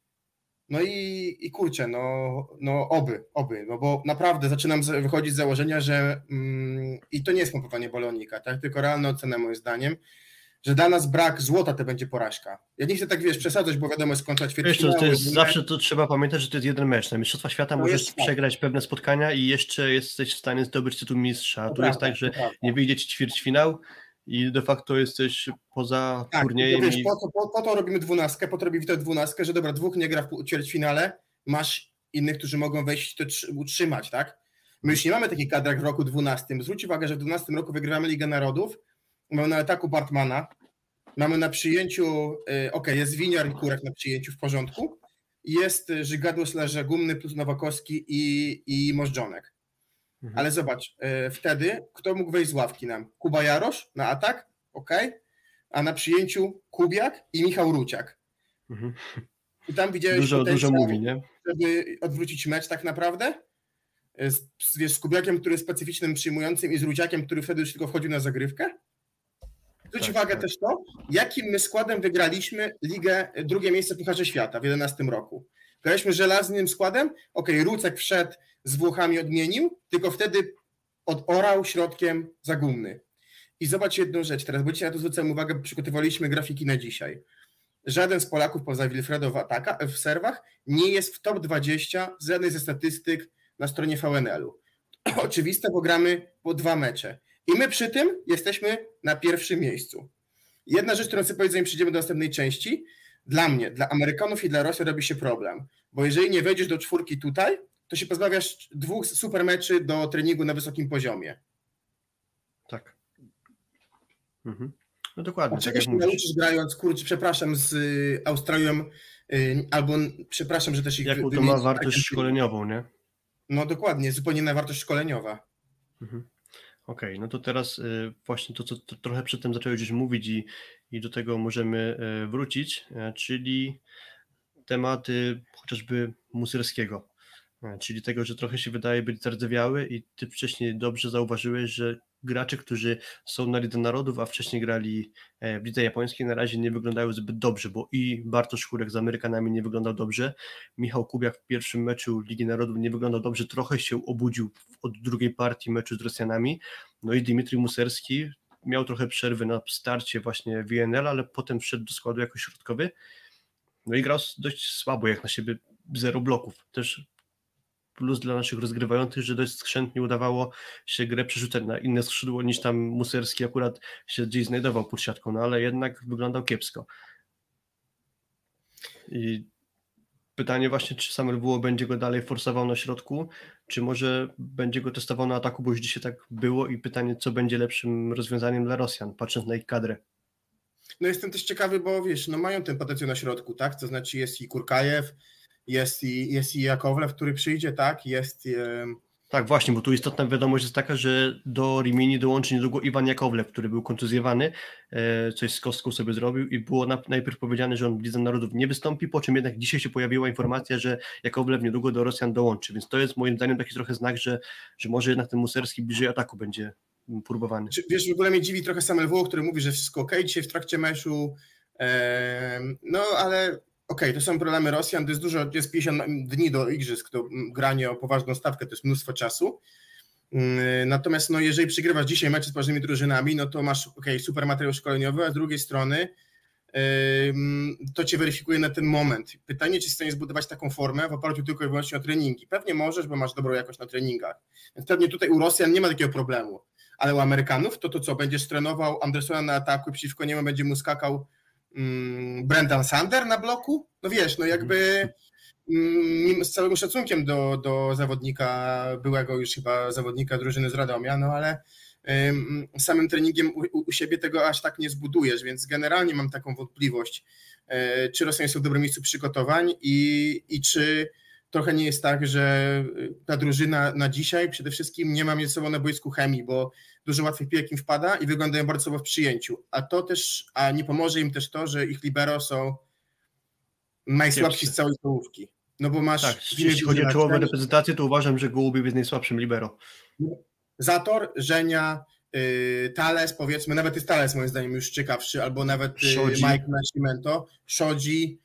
no i, i kurczę, no, no oby, oby, no bo naprawdę zaczynam z, wychodzić z założenia, że mm, i to nie jest pompowanie balonika, tak? Tylko realna ocena moim zdaniem, że dla nas brak złota to będzie porażka. Ja nie chcę tak, wiesz, przesadzać, bo wiadomo, jest kontra ćwierćfinału. Wiesz, to, to jest zawsze to trzeba pamiętać, że to jest jeden mecz. Na Mistrzostwa Świata to możesz jest przegrać tak. pewne spotkania i jeszcze jesteś w stanie zdobyć tytuł mistrza. A tu prawda, jest tak, że nie wyjdzie ci ćwierćfinał i de facto jesteś poza tak, turniejem. Wiesz, i... po, to, po, po to robimy dwunastkę, po to robimy tę dwunastkę, że dobra, dwóch nie gra w ćwierćfinale, masz innych, którzy mogą wejść to utrzymać, tak? My już nie mamy takich kadr jak w roku dwunastym. Zwróć uwagę, że w dwunastym roku wygrywamy Ligę Narodów, mamy na ataku Bartmana, mamy na przyjęciu, ok, jest Winiar i Kurek na przyjęciu w porządku jest Żygadło Slarze Gumny plus Nowakowski i, i Możdżonek. Mhm. Ale zobacz, y, wtedy kto mógł wejść z ławki nam? Kuba Jarosz na atak, ok, a na przyjęciu Kubiak i Michał Ruciak. Mhm. I tam widziałeś dużo, dużo mówi, nie? Żeby odwrócić mecz tak naprawdę. Z, wiesz, z Kubiakiem, który jest specyficznym przyjmującym i z Ruciakiem, który wtedy już tylko wchodził na zagrywkę. Zwróć tak, uwagę tak. też to, jakim my składem wygraliśmy ligę, drugie miejsce w Pucharze Świata w jedenastym roku. Graliśmy żelaznym składem, okej, okay, Rucek wszedł, z Włochami odmienił, tylko wtedy odorał środkiem za Gumny. I zobacz jedną rzecz teraz, bo dzisiaj na to zwrócę uwagę, bo przygotowaliśmy grafiki na dzisiaj. Żaden z Polaków poza Wilfredo w, ataka, w serwach nie jest w top dwadzieścia z żadnej ze statystyk na stronie V N L-u. Oczywiste, bo gramy po dwa mecze. I my przy tym jesteśmy na pierwszym miejscu. Jedna rzecz, którą chcę powiedzieć, zanim przejdziemy do następnej części, dla mnie, dla Amerykanów i dla Rosjan robi się problem, bo jeżeli nie wejdziesz do czwórki tutaj, to się pozbawiasz dwóch super meczy do treningu na wysokim poziomie. Tak. Mhm. No dokładnie. Czego się nauczysz grając, kurczę, przepraszam, z Australią, yy, albo przepraszam, że też ich... Jaką to ma wartość szkoleniową, nie? No dokładnie, zupełnie inna wartość szkoleniowa. Mhm. Okej, okay, no to teraz y, właśnie to, co to, trochę przedtem zacząłeś gdzieś mówić i, i do tego możemy y, wrócić, y, czyli tematy chociażby Muserskiego, y, czyli tego, że trochę się wydaje być zardzewiały i ty wcześniej dobrze zauważyłeś, że gracze, którzy są na Lidze Narodów, a wcześniej grali w lidze japońskiej, na razie nie wyglądają zbyt dobrze, bo i Bartosz Kurek z Amerykanami nie wyglądał dobrze, Michał Kubiak w pierwszym meczu Ligi Narodów nie wyglądał dobrze, trochę się obudził od drugiej partii meczu z Rosjanami, no i Dmitrij Muserski miał trochę przerwy na starcie właśnie w N L, ale potem wszedł do składu jako środkowy, no i grał dość słabo, jak na siebie zero bloków, też plus dla naszych rozgrywających, że dość skrzętnie udawało się grę przerzucać na inne skrzydło niż tam Muserski akurat się gdzieś znajdował pod siatką, no ale jednak wyglądał kiepsko. I pytanie właśnie, czy Samuel Wuo będzie go dalej forsował na środku, czy może będzie go testował na ataku, bo już dzisiaj tak było i pytanie, co będzie lepszym rozwiązaniem dla Rosjan, patrząc na ich kadrę. No jestem też ciekawy, bo wiesz, no mają ten potencjał na środku, tak, to znaczy jest i Kurkajew, Jest i, jest i Jakowlew, który przyjdzie, tak? Jest. I, tak, właśnie, bo tu istotna wiadomość jest taka, że do Rimini dołączy niedługo Iwan Jakowlew, który był kontuzjowany, coś z kostką sobie zrobił i było na, najpierw powiedziane, że on w Lidze Narodów nie wystąpi, po czym jednak dzisiaj się pojawiła informacja, że Jakowlew niedługo do Rosjan dołączy, więc to jest moim zdaniem taki trochę znak, że, że może jednak ten Muserski bliżej ataku będzie próbowany. Wiesz, w ogóle mnie dziwi trochę Samuel Wuo, który mówi, że wszystko okej okay, dzisiaj w trakcie meczu, e, no ale okej, okay, to są problemy Rosjan, to jest dużo, jest pięćdziesiąt dni do igrzysk, to granie o poważną stawkę to jest mnóstwo czasu, natomiast no, jeżeli przegrywasz dzisiaj mecze z poważnymi drużynami, no to masz okay, super materiał szkoleniowy, a z drugiej strony yy, to cię weryfikuje na ten moment. Pytanie, czy jesteś w stanie zbudować taką formę w oparciu tylko i wyłącznie o treningi. Pewnie możesz, bo masz dobrą jakość na treningach, więc pewnie tutaj u Rosjan nie ma takiego problemu, ale u Amerykanów to to co, będziesz trenował Andersona na ataku i przeciwko niemu będzie mu skakał Brendan Sander na bloku? No wiesz, no jakby mm, z całym szacunkiem do, do zawodnika, byłego już chyba zawodnika drużyny z Radomia, no ale um, samym treningiem u, u siebie tego aż tak nie zbudujesz, więc generalnie mam taką wątpliwość, e, czy Rosjanie są w dobrym miejscu przygotowań i, i czy trochę nie jest tak, że ta drużyna na dzisiaj przede wszystkim nie ma między sobą na boisku chemii, bo dużo łatwych piłek im wpada i wyglądają bardzo słabo w przyjęciu. A to też, a nie pomoże im też to, że ich libero są najsłabsi z całej czołówki. No bo masz... Tak, jeśli chodzi o czołowe reprezentacje, to uważam, że Gołubiew jest najsłabszym libero. Zator, Żenia, yy, Thales, powiedzmy, nawet jest Thales moim zdaniem już ciekawszy, albo nawet yy, Mike Nascimento, Szodzi.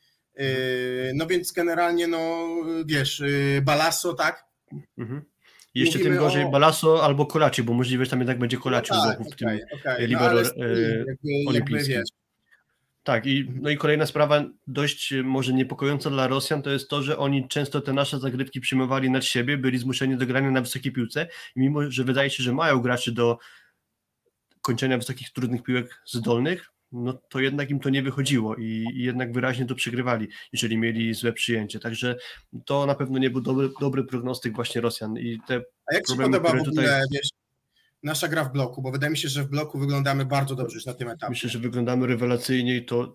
No więc generalnie, no wiesz, Balasso, tak? Mhm. I jeszcze Mówimy tym gorzej o... Balasso albo Kolaci, bo możliwe, że tam jednak będzie Kolaci no w tak, bloku w okay, tym okay. libero no, e, olimpijskim. Tak, i, no i kolejna sprawa dość może niepokojąca dla Rosjan to jest to, że oni często te nasze zagrywki przyjmowali nad siebie, byli zmuszeni do grania na wysokiej piłce i mimo, że wydaje się, że mają graczy do kończenia wysokich, trudnych piłek zdolnych, no to jednak im to nie wychodziło i, i jednak wyraźnie to przegrywali, jeżeli mieli złe przyjęcie. Także to na pewno nie był dobry, dobry prognostyk właśnie Rosjan. I te A jak problemy, się podoba w ogóle, tutaj... wiesz, nasza gra w bloku, bo wydaje mi się, że w bloku wyglądamy bardzo dobrze już na tym etapie. Myślę, że wyglądamy rewelacyjnie i to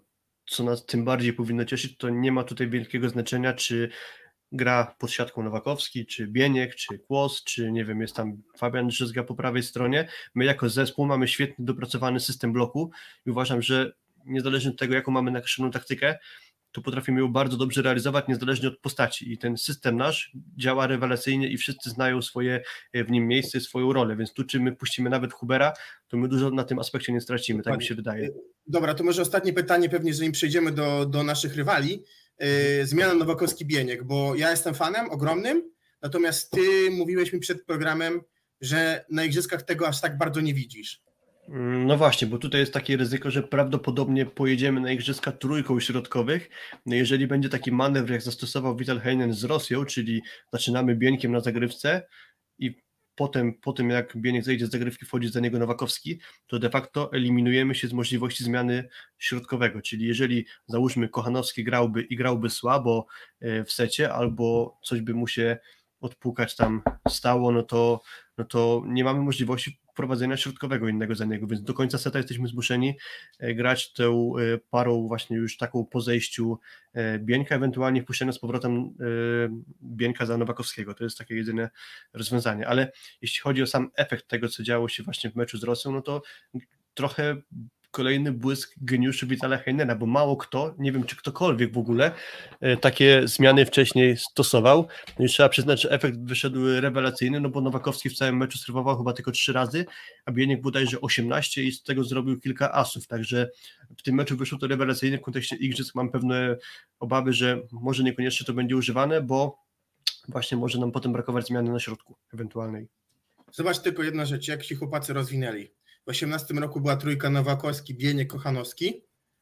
co nas tym bardziej powinno cieszyć, to nie ma tutaj wielkiego znaczenia, czy gra pod siatką Nowakowski, czy Bieniek, czy Kłos, czy nie wiem, jest tam Fabian Drzyzga po prawej stronie. My jako zespół mamy świetnie dopracowany system bloku i uważam, że niezależnie od tego, jaką mamy nakreśloną taktykę, to potrafimy ją bardzo dobrze realizować, niezależnie od postaci. I ten system nasz działa rewelacyjnie i wszyscy znają swoje w nim miejsce, swoją rolę, więc tu czy my puścimy nawet Hubera, to my dużo na tym aspekcie nie stracimy, tak mi się wydaje. Dobra, to może ostatnie pytanie, pewnie zanim przejdziemy do, do naszych rywali. Yy, zmiana Nowakowski-Bieniek, bo ja jestem fanem ogromnym, natomiast ty mówiłeś mi przed programem, że na igrzyskach tego aż tak bardzo nie widzisz. No właśnie, bo tutaj jest takie ryzyko, że prawdopodobnie pojedziemy na igrzyska trójką środkowych. No jeżeli będzie taki manewr, jak zastosował Vital Heinen z Rosją, czyli zaczynamy Bieńkiem na zagrywce i potem, po tym jak Bieniek zejdzie z zagrywki, wchodzi za niego Nowakowski, to de facto eliminujemy się z możliwości zmiany środkowego, czyli jeżeli załóżmy Kochanowski grałby i grałby słabo w secie, albo coś by mu się odpukać tam stało, no to, no to nie mamy możliwości prowadzenia środkowego innego za niego, więc do końca seta jesteśmy zmuszeni grać tą parą właśnie już taką po zejściu Bieńka, ewentualnie wpuszczenia z powrotem Bieńka za Nowakowskiego. To jest takie jedyne rozwiązanie, ale jeśli chodzi o sam efekt tego, co działo się właśnie w meczu z Rosją, no to trochę kolejny błysk geniuszu Vitala Heinena, bo mało kto, nie wiem czy ktokolwiek w ogóle, takie zmiany wcześniej stosował. No i trzeba przyznać, że efekt wyszedł rewelacyjny, no bo Nowakowski w całym meczu serwował chyba tylko trzy razy, a Bieniek bodajże osiemnaście i z tego zrobił kilka asów, także w tym meczu wyszło to rewelacyjnie. W kontekście igrzysk mam pewne obawy, że może niekoniecznie to będzie używane, bo właśnie może nam potem brakować zmiany na środku ewentualnej. Zobacz tylko jedna rzecz, jak się chłopacy rozwinęli. W osiemnastym roku była trójka Nowakowski, Bieniek, Kochanowski.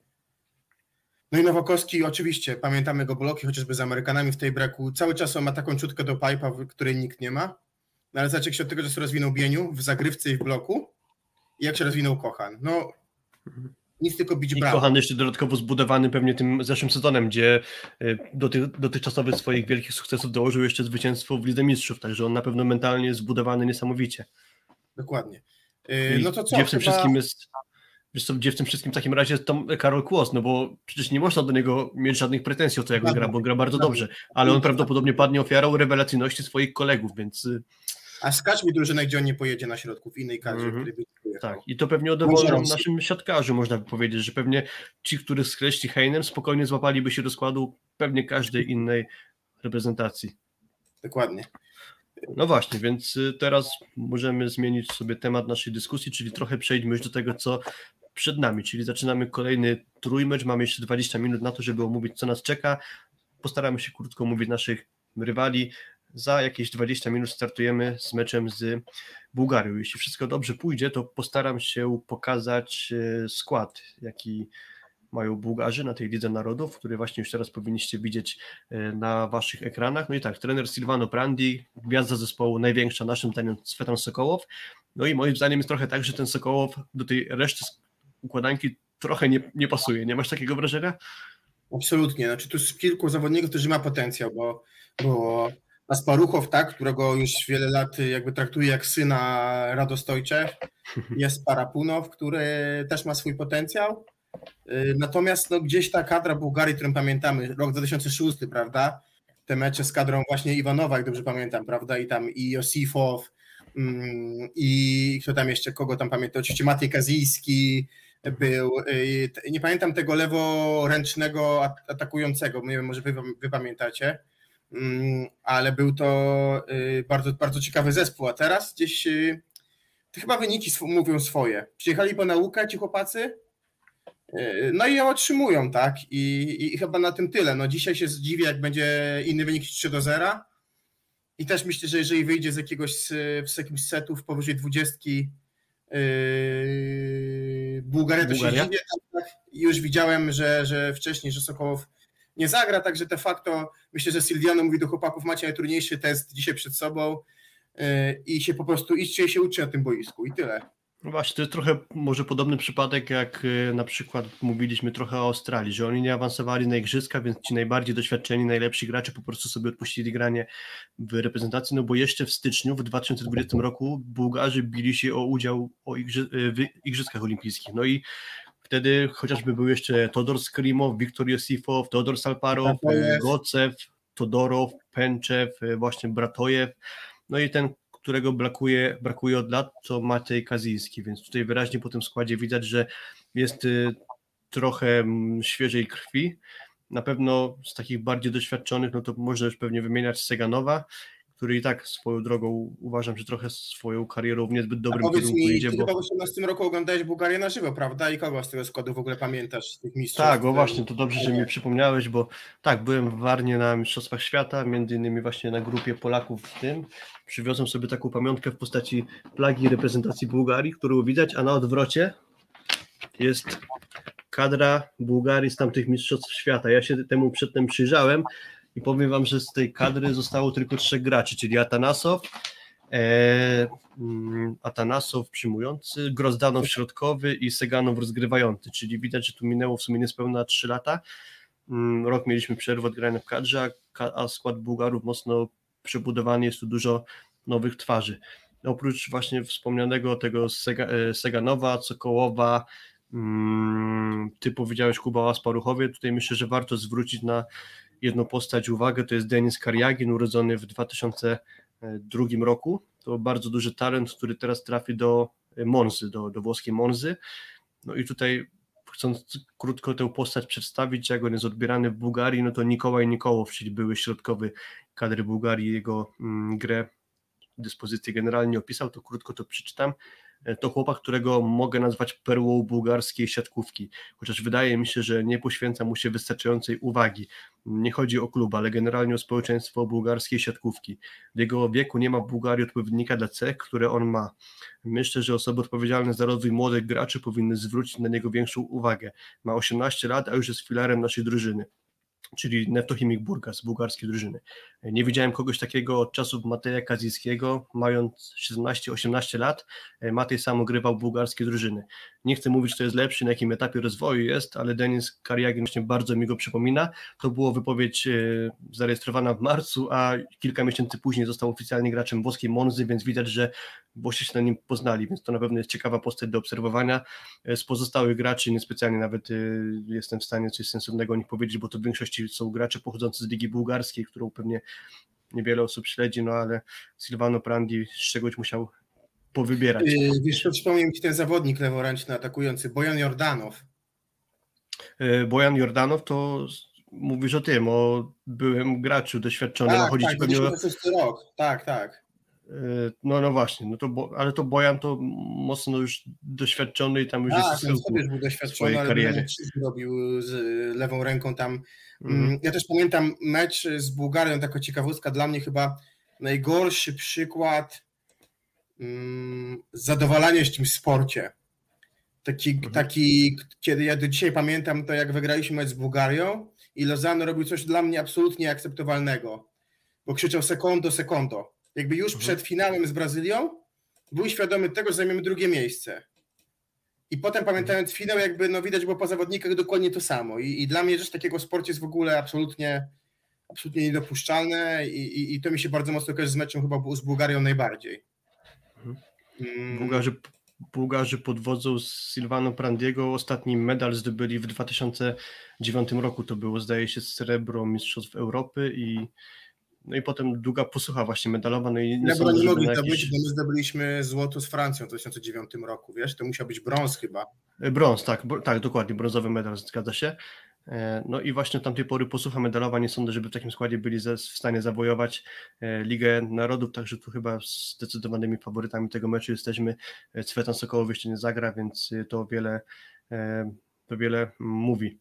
No i Nowakowski oczywiście, pamiętamy go bloki, chociażby z Amerykanami w tej breaku. Cały czas on ma taką czutkę do pipa, której nikt nie ma. No ale zobacz, jak się od tego czasu rozwinął Bieniu w zagrywce i w bloku i jak się rozwinął Kochan. No nic tylko bić I brawo. Kochan jeszcze dodatkowo zbudowany pewnie tym zeszłym sezonem, gdzie do tych dotychczasowych swoich wielkich sukcesów dołożył jeszcze zwycięstwo w Lidze Mistrzów, także on na pewno mentalnie jest zbudowany niesamowicie. Dokładnie. I no to co? Gdzie w tym Chyba... wszystkim jest, wiesz co, gdzie w tym wszystkim w takim razie jest Tom, Karol Kłos, no bo przecież nie można do niego mieć żadnych pretensji o to, jak on gra, bo gra bardzo dobrze, ale on prawdopodobnie padnie ofiarą rewelacyjności swoich kolegów, więc... A skacz mi drużynę, gdzie on nie pojedzie na środku, w innej kadrze, mm-hmm. który by Tak, i to pewnie o dowolnym naszym siatkarzu można by powiedzieć, że pewnie ci, których skreśli Heinen, spokojnie złapaliby się do składu pewnie każdej innej reprezentacji. Dokładnie. No właśnie, więc teraz możemy zmienić sobie temat naszej dyskusji, czyli trochę przejdźmy już do tego, co przed nami, czyli zaczynamy kolejny trójmecz, mamy jeszcze dwadzieścia minut na to, żeby omówić, co nas czeka. Postaramy się krótko omówić naszych rywali. Za jakieś dwadzieścia minut startujemy z meczem z Bułgarią. Jeśli wszystko dobrze pójdzie, to postaram się pokazać skład, jaki mają Bułgarzy na tej Lidze Narodów, który właśnie już teraz powinniście widzieć na waszych ekranach. No i tak, trener Silvano Prandi, gwiazda zespołu największa naszym zdaniem Cvetan Sokołow. No i moim zdaniem jest trochę tak, że ten Sokołow do tej reszty układanki trochę nie, nie pasuje. Nie masz takiego wrażenia? Absolutnie. Znaczy tu jest kilku zawodników, którzy ma potencjał, bo, bo Asparuchow, tak, którego już wiele lat jakby traktuje jak syna Radostojcze, jest Parapunow, który też ma swój potencjał. Natomiast no, gdzieś ta kadra Bułgarii, którą pamiętamy, rok dwa tysiące szósty, prawda, te mecze z kadrą właśnie Iwanowa, jak dobrze pamiętam, prawda, i tam i Josifow, i kto tam jeszcze, kogo tam pamiętam, oczywiście Matej Kazijski był, nie pamiętam tego leworęcznego atakującego, nie wiem, może wy, wy pamiętacie, ale był to bardzo, bardzo ciekawy zespół, a teraz gdzieś te chyba wyniki mówią swoje. Przyjechali po naukę ci chłopacy, no i ją otrzymują, tak, I, i chyba na tym tyle. No dzisiaj się zdziwię, jak będzie inny wynik trzy do zera i też myślę, że jeżeli wyjdzie z jakiegoś z jakimś setów powyżej dwudziestki yy, Bułgaria, to Bułgaria? się dziwię, tak, już widziałem, że, że wcześniej, że Sokołow nie zagra, także de facto myślę, że Silviano mówi do chłopaków, macie najtrudniejszy test dzisiaj przed sobą yy, i się po prostu idźcie i się uczcie na tym boisku i tyle. No właśnie, to jest trochę może podobny przypadek, jak na przykład mówiliśmy trochę o Australii, że oni nie awansowali na igrzyska, więc ci najbardziej doświadczeni, najlepsi gracze po prostu sobie odpuścili granie w reprezentacji, no bo jeszcze w styczniu w dwa tysiące dwudziestym roku Bułgarzy bili się o udział o igrzy- w Igrzyskach Olimpijskich, no i Wtedy chociażby był jeszcze Todor Skrimow, Wiktor Josifow, Todor Salparow, Bratojew. Gocew, Todorow, Pęczew, właśnie Bratojew, no i ten, którego brakuje, brakuje od lat, to Matej Kazijski, więc tutaj wyraźnie po tym składzie widać, że jest trochę świeżej krwi. Na pewno z takich bardziej doświadczonych, no to można już pewnie wymieniać Seganowa, który i tak swoją drogą uważam, że trochę swoją karierą w niezbyt dobrym A powiedz kierunku mi, idzie. ty Bo... chyba w osiemnastym roku oglądałeś Bułgarię na żywo, prawda? I kogo z tego składu w ogóle pamiętasz z tych mistrzostw? Tak, o właśnie, to dobrze, że mi przypomniałeś, bo tak, byłem w Warnie na Mistrzostwach Świata, między innymi właśnie na grupie Polaków w tym. Przywiozłem sobie taką pamiątkę w postaci plagi reprezentacji Bułgarii, którą widać, a na odwrocie jest kadra Bułgarii z tamtych Mistrzostw Świata. Ja się temu przedtem przyjrzałem i powiem wam, że z tej kadry zostało tylko trzech graczy, czyli Atanasow, e, Atanasow przyjmujący, Grozdanow środkowy i Seganow rozgrywający, czyli widać, że tu minęło w sumie niespełna trzy lata. Rok mieliśmy przerwę od grania w kadrze, a skład Bułgarów mocno przebudowany, jest tu dużo nowych twarzy. Oprócz właśnie wspomnianego tego Sega, Seganowa, Sokołowa, ty powiedziałeś Kuba o Asparuchowie, tutaj myślę, że warto zwrócić na jedną postać uwagę, to jest Denis Karyagin, urodzony w dwa tysiące drugim roku, to bardzo duży talent, który teraz trafi do Monzy, do, do włoskiej Monzy, no i tutaj chcąc krótko tę postać przedstawić, jak on jest odbierany w Bułgarii, no to Nikołaj Nikołow, czyli były środkowy kadry Bułgarii, jego mm, grę, dyspozycję generalnie opisał, to krótko to przeczytam. To chłopak, którego mogę nazwać perłą bułgarskiej siatkówki, chociaż wydaje mi się, że nie poświęca mu się wystarczającej uwagi. Nie chodzi o klub, ale generalnie o społeczeństwo bułgarskiej siatkówki. W jego wieku nie ma w Bułgarii odpowiednika dla cech, które on ma. Myślę, że osoby odpowiedzialne za rozwój młodych graczy powinny zwrócić na niego większą uwagę. Ma osiemnaście lat, a już jest filarem naszej drużyny, czyli Neftochimik Burgas, bułgarskiej drużyny. Nie widziałem kogoś takiego od czasów Mateja Kazijskiego, mając siedemnaście osiemnaście lat. Matej sam ogrywał bułgarskie drużyny. Nie chcę mówić, kto jest lepszy, na jakim etapie rozwoju jest, ale Denis Karyagin właśnie bardzo mi go przypomina. To była wypowiedź zarejestrowana w marcu, a kilka miesięcy później został oficjalnie graczem włoskiej Monzy, więc widać, że Włosi się na nim poznali, więc to na pewno jest ciekawa postać do obserwowania. Z pozostałych graczy niespecjalnie nawet jestem w stanie coś sensownego o nich powiedzieć, bo to w większości są gracze pochodzący z Ligi Bułgarskiej, którą pewnie niewiele osób śledzi, no ale Silvano Prandi z czegoś musiał powybierać. Yy, wiesz, to przypomniał mi ten zawodnik leworęczny atakujący, Bojan Jordanow. Yy, Bojan Jordanow to mówisz o tym, o byłym graczu doświadczonym. Tak, chodzi tak, ci pewnie o... rok, tak, tak. No, no właśnie, no to, bo, ale to Bojan to mocno już doświadczony i tam już tak, jest w schyłku już był doświadczony, ale kariery. robił z lewą ręką tam. Mm. Ja też pamiętam mecz z Bułgarią, taka ciekawostka dla mnie chyba najgorszy przykład um, zadowalania się w tym sporcie. Taki, mhm. taki, kiedy ja do dzisiaj pamiętam to, jak wygraliśmy mecz z Bułgarią i Lozano robił coś dla mnie absolutnie akceptowalnego, bo krzyczał sekondo, sekondo. Jakby już przed finałem z Brazylią był świadomy tego, że zajmiemy drugie miejsce. I potem pamiętając finał, jakby no widać było po zawodnikach dokładnie to samo. I, i dla mnie rzecz takiego w sporcie jest w ogóle absolutnie, absolutnie niedopuszczalne i, i, i to mi się bardzo mocno kojarzy z meczem chyba z Bułgarią najbardziej. Mhm. Bułgarzy, Bułgarzy pod wodzą Silvano Prandiego ostatni medal zdobyli w dwa tysiące dziewiątym roku. To było, zdaje się, srebro Mistrzostw Europy i no i potem długa posłucha właśnie medalowa. No i nie ja sądzę, nie mogli jakiś... zdobyć, bo my zdobyliśmy złoto z Francją w dwa tysiące dziewiątym roku, wiesz, to musiał być brąz chyba. Brąz, tak, br- tak, dokładnie, brązowy medal, zgadza się. No i właśnie od tamtej pory posłucha medalowa, nie sądzę, żeby w takim składzie byli w stanie zawojować Ligę Narodów, także tu chyba zdecydowanymi faworytami tego meczu jesteśmy. Cwetan Sokołow jeszcze nie zagra, więc to o wiele, to wiele mówi.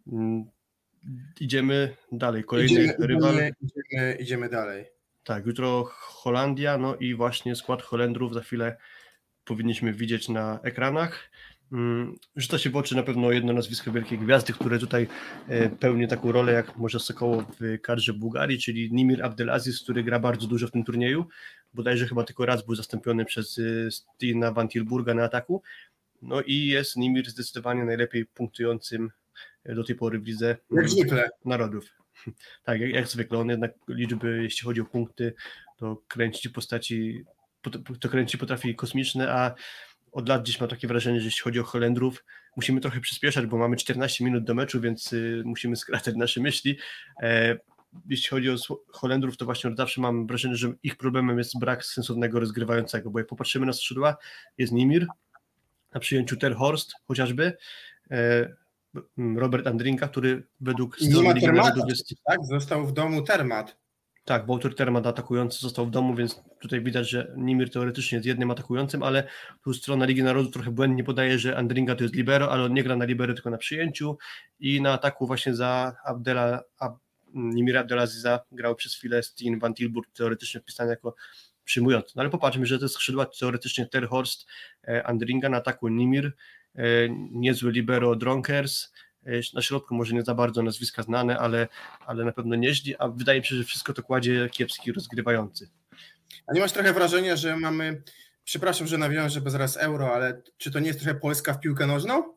Idziemy dalej, kolejny idziemy, rywal. Idziemy, idziemy dalej. Tak, jutro Holandia, no i właśnie skład Holendrów za chwilę powinniśmy widzieć na ekranach. Rzuca się w oczy na pewno jedno nazwisko wielkiej gwiazdy, które tutaj pełni taką rolę jak może Sokołow w kadrze Bułgarii, czyli Nimir Abdelaziz, który gra bardzo dużo w tym turnieju. Bodajże chyba tylko raz był zastąpiony przez Stina Van Tilburga na ataku. No i jest Nimir zdecydowanie najlepiej punktującym do tej pory w Lidze jak zwykle. Narodów. Tak, jak, jak zwykle. On jednak liczby, jeśli chodzi o punkty, to kręci postaci, to kręci potrafi kosmiczne, a od lat gdzieś mam takie wrażenie, że jeśli chodzi o Holendrów, musimy trochę przyspieszać, bo mamy czternaście minut do meczu, więc y, musimy skracać nasze myśli. E, jeśli chodzi o Holendrów, to właśnie od zawsze mam wrażenie, że ich problemem jest brak sensownego rozgrywającego, bo jak popatrzymy na skrzydła, jest Nimir, na przyjęciu Ter Horst chociażby, e, Robert Andringa, który według strony Ligi Narodów jest... Tak, został w domu Termat. Tak, Wouter Termat atakujący został w domu, więc tutaj widać, że Nimir teoretycznie jest jednym atakującym, ale tu strona Ligi Narodów trochę błędnie podaje, że Andringa to jest libero, ale on nie gra na libero, tylko na przyjęciu i na ataku właśnie za Abdela, Ab, Nimira Abdelaziza grał przez chwilę Steen van Tilburg, teoretycznie wpisany jako przyjmujący. No ale popatrzmy, że to jest skrzydła teoretycznie Ter Horst, Andringa, na ataku Nimir, niezły libero Dronkers, na środku może nie za bardzo nazwiska znane, ale, ale na pewno nieźli, a wydaje mi się, że wszystko to kładzie kiepski rozgrywający. A nie masz trochę wrażenia, że mamy, przepraszam, że nawiążę, bo zaraz euro, ale czy to nie jest trochę Polska w piłkę nożną?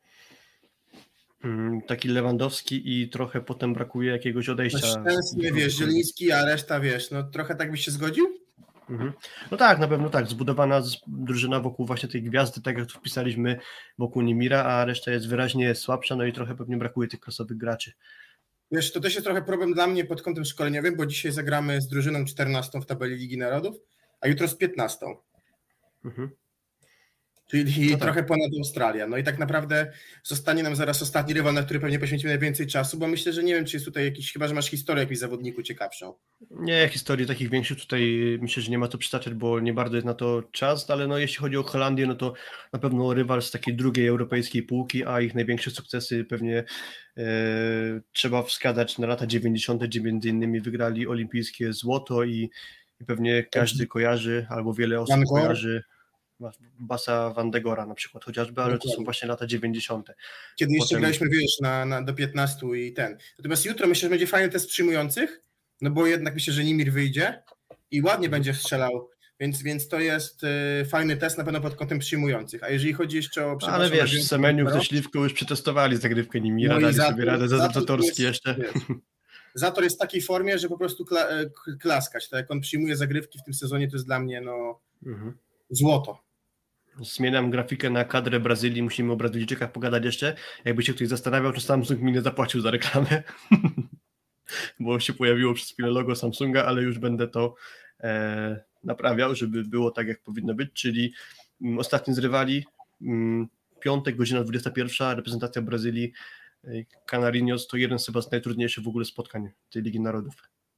Hmm, taki Lewandowski i trochę potem brakuje jakiegoś odejścia. Szczęsny, wiesz, Zieliński, a reszta, wiesz, no trochę tak byś się zgodził? Mhm. No tak, na pewno tak, zbudowana drużyna wokół właśnie tej gwiazdy, tak jak tu wpisaliśmy wokół Nimira, a reszta jest wyraźnie słabsza, no i trochę pewnie brakuje tych klasowych graczy. Wiesz, to też jest trochę problem dla mnie pod kątem szkoleniowym, bo dzisiaj zagramy z drużyną czternastą w tabeli Ligi Narodów, a jutro z piętnastą. Mhm. Czyli no trochę tak. Ponad Australia. No i tak naprawdę zostanie nam zaraz ostatni rywal, na który pewnie poświęcimy najwięcej czasu, bo myślę, że nie wiem, czy jest tutaj jakiś, chyba że masz historię jakichś zawodników ciekawszą. Nie, historii takich większych tutaj myślę, że nie ma co przytaczać, bo nie bardzo jest na to czas, ale no jeśli chodzi o Holandię, no to na pewno rywal z takiej drugiej europejskiej półki, a ich największe sukcesy pewnie e, trzeba wskazać na lata dziewięćdziesiąte, gdzie między innymi wygrali olimpijskie złoto i, i pewnie każdy kojarzy, albo wiele osób kojarzy Basa Van de Gora na przykład chociażby, ale Dokładnie. To są właśnie lata dziewięćdziesiąte. Kiedy Potem... jeszcze graliśmy, wiesz, na, na, do piętnastu i ten. Natomiast jutro myślę, że będzie fajny test przyjmujących, no bo jednak myślę, że Nimir wyjdzie i ładnie będzie strzelał, więc, więc to jest y, fajny test na pewno pod kątem przyjmujących. A jeżeli chodzi jeszcze o... Ale wiesz, Semeniuk ze Śliwką już przetestowali zagrywkę Nimira, no dali Zator, sobie radę, Zatorski jeszcze. Wiesz, Zator jest w takiej formie, że po prostu kla, klaskać. Tak jak on przyjmuje zagrywki w tym sezonie, to jest dla mnie no mhm. złoto. Zmieniam grafikę na kadrę Brazylii, musimy o Brazylijczykach pogadać jeszcze. Jakby się ktoś zastanawiał, czy Samsung mi nie zapłacił za reklamę, bo się pojawiło przez chwilę logo Samsunga, ale już będę to e, naprawiał, żeby było tak, jak powinno być, czyli m, ostatni z rywali, m, piątek, godzina dwudziesta pierwsza, reprezentacja Brazylii, e, Canarinhos, to jeden z chyba z najtrudniejszych w ogóle spotkań tej Ligi Narodów.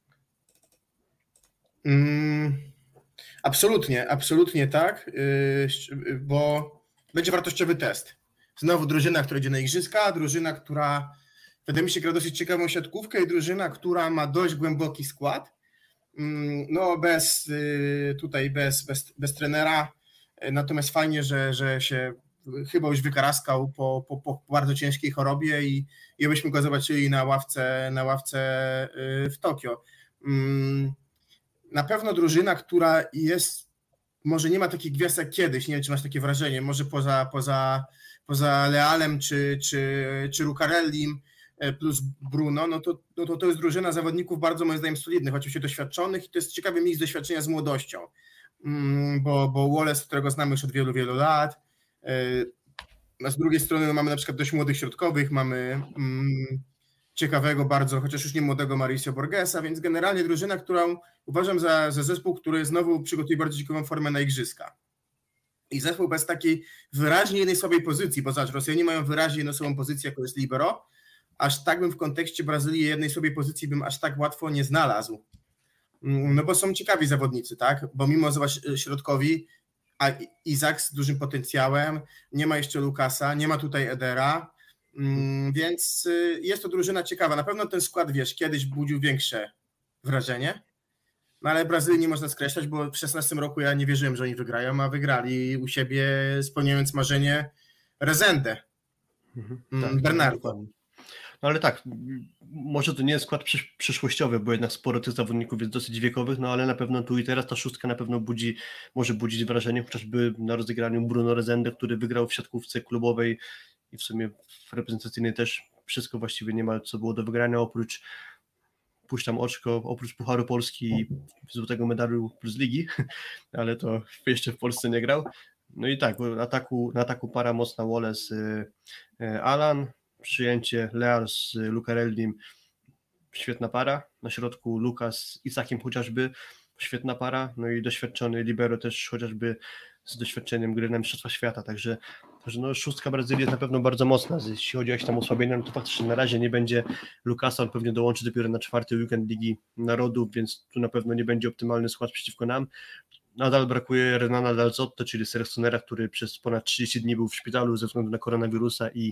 Mm. Absolutnie, absolutnie tak, bo będzie wartościowy test. Znowu drużyna, która idzie na igrzyska, drużyna, która wydaje mi się gra dosyć ciekawą siatkówkę i drużyna, która ma dość głęboki skład. No bez tutaj bez, bez, bez trenera, natomiast fajnie, że, że się chyba już wykaraskał po, po, po bardzo ciężkiej chorobie i, i abyśmy go zobaczyli na ławce, na ławce w Tokio. Na pewno drużyna, która jest, może nie ma takich gwiazd jak kiedyś, nie wiem, czy masz takie wrażenie, może poza, poza, poza Lealem czy, czy, czy Lucarellim plus Bruno, no to, no to to jest drużyna zawodników bardzo moim zdaniem solidnych, oczywiście doświadczonych i to jest ciekawy miks doświadczenia z młodością, bo, bo Wallace, którego znamy już od wielu, wielu lat, a z drugiej strony mamy na przykład dość młodych środkowych, mamy... ciekawego bardzo, chociaż już nie młodego Mauricio Borgesa, więc generalnie drużyna, którą uważam za, za zespół, który znowu przygotuje bardzo ciekawą formę na igrzyska. I zespół bez takiej wyraźnie jednej słabej pozycji, bo zobacz, Rosjanie mają wyraźnie jedną słabą pozycję, jaką jest libero, aż tak bym w kontekście Brazylii jednej słabej pozycji bym aż tak łatwo nie znalazł. No bo są ciekawi zawodnicy, tak? Bo mimo, zobacz, środkowi, a Izak z dużym potencjałem, nie ma jeszcze Lukasa, nie ma tutaj Edera, więc jest to drużyna ciekawa. Na pewno ten skład, wiesz, kiedyś budził większe wrażenie, no ale Brazylii nie można skreślać, bo w szesnastym roku ja nie wierzyłem, że oni wygrają, a wygrali u siebie, spełniając marzenie Rezende, mhm, tak, Bernardo. No ale tak, może to nie jest skład przysz- przyszłościowy, bo jednak sporo tych zawodników jest dosyć wiekowych, no ale na pewno tu i teraz ta szóstka na pewno budzi, może budzić wrażenie, chociażby na rozegraniu Bruno Rezende, który wygrał w siatkówce klubowej i w sumie w reprezentacyjnej też wszystko właściwie nie ma co było do wygrania, oprócz puszczam oczko, oprócz Pucharu Polski i złotego medalu plus ligi, ale to jeszcze w Polsce nie grał. No i tak, na ataku, na ataku para mocna Wallace, Alan, przyjęcie Leal z Lucarellim, świetna para, na środku Lukas z Isakiem chociażby, świetna para, no i doświadczony libero też chociażby z doświadczeniem gry na Mistrzostwa Świata, także, także no, szóstka Brazylii jest na pewno bardzo mocna, jeśli chodzi o jakieś tam osłabienia, no to faktycznie na razie nie będzie Lukasa, on pewnie dołączy dopiero na czwarty weekend Ligi Narodów, więc tu na pewno nie będzie optymalny skład przeciwko nam. Nadal brakuje Renana Dal Zotto, czyli selekcjonera, który przez ponad trzydzieści dni był w szpitalu ze względu na koronawirusa i,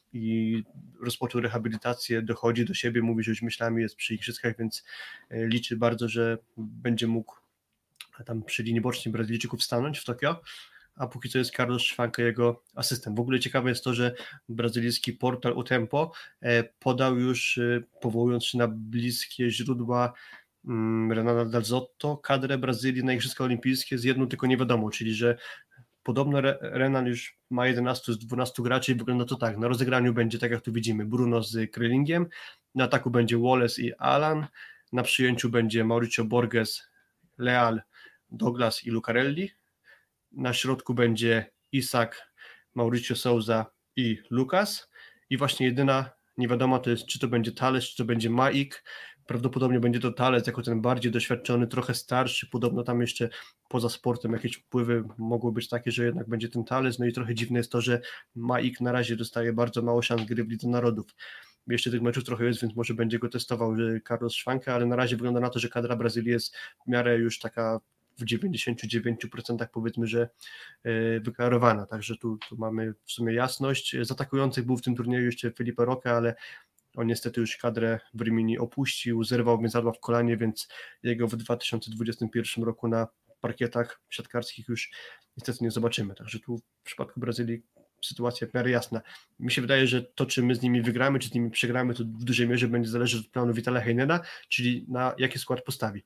i rozpoczął rehabilitację, dochodzi do siebie, mówi, że już myślami jest przy igrzyskach, więc liczy bardzo, że będzie mógł tam przy linii bocznej Brazylijczyków stanąć w Tokio, a póki co jest Carlos Schwanke, jego asystent. W ogóle ciekawe jest to, że brazylijski portal O Tempo podał już, powołując się na bliskie źródła Renana Dal Zotto, kadrę Brazylii na Igrzyska Olimpijskie z jedną tylko niewiadomą, czyli że podobno Renan już ma jedenastu z dwunastu graczy i wygląda to tak, na rozegraniu będzie tak jak tu widzimy Bruno z Krellingiem, na ataku będzie Wallace i Alan, na przyjęciu będzie Mauricio Borges, Leal, Douglas i Lucarelli, na środku będzie Isak, Mauricio Souza i Lucas i właśnie jedyna niewiadoma to jest, czy to będzie Thales, czy to będzie Maik. Prawdopodobnie będzie to Thales jako ten bardziej doświadczony, trochę starszy, podobno tam jeszcze poza sportem jakieś wpływy mogły być takie, że jednak będzie ten Thales, no i trochę dziwne jest to, że Maik na razie dostaje bardzo mało szans gry w Lidze Narodów. Jeszcze tych meczów trochę jest, więc może będzie go testował Carlos Schwanke, ale na razie wygląda na to, że kadra Brazylii jest w miarę już taka w dziewięćdziesięciu dziewięciu procentach powiedzmy, że wyklarowana, także tu, tu mamy w sumie jasność. Z atakujących był w tym turnieju jeszcze Felipe Roque, ale on niestety już kadrę w Rimini opuścił, zerwał między w kolanie, więc jego w dwa tysiące dwudziestym pierwszym roku na parkietach siatkarskich już niestety nie zobaczymy, także tu w przypadku Brazylii sytuacja w miarę jasna. Mi się wydaje, że to, czy my z nimi wygramy, czy z nimi przegramy, to w dużej mierze będzie zależeć od planu Vitala Heinena, czyli na jaki skład postawi.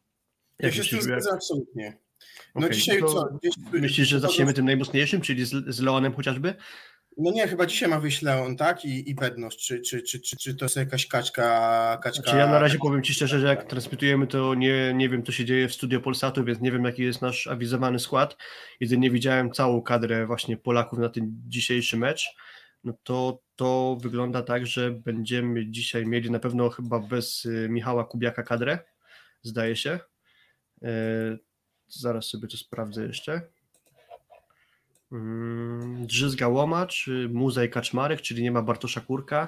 Ja się z tym zgadzam absolutnie. No okay, dzisiaj co? Gdzieś, myślisz, że zaczniemy tym najmocniejszym, czyli z, z Leonem chociażby? No nie, chyba dzisiaj ma wyjść Leon, tak? I, i Bedność, czy, czy, czy, czy, czy to jest jakaś kaczka, kaczka... Znaczy ja na razie powiem Ci szczerze, że jak transmitujemy, to nie, nie wiem, co się dzieje w studio Polsatu, więc nie wiem, jaki jest nasz awizowany skład. Jedynie widziałem całą kadrę właśnie Polaków na ten dzisiejszy mecz. No to, to wygląda tak, że będziemy dzisiaj mieli na pewno chyba bez Michała Kubiaka kadrę, zdaje się. Yy, zaraz sobie to sprawdzę jeszcze. Drzyzga Łomacz, Muza i Kaczmarek, czyli nie ma Bartosza Kurka,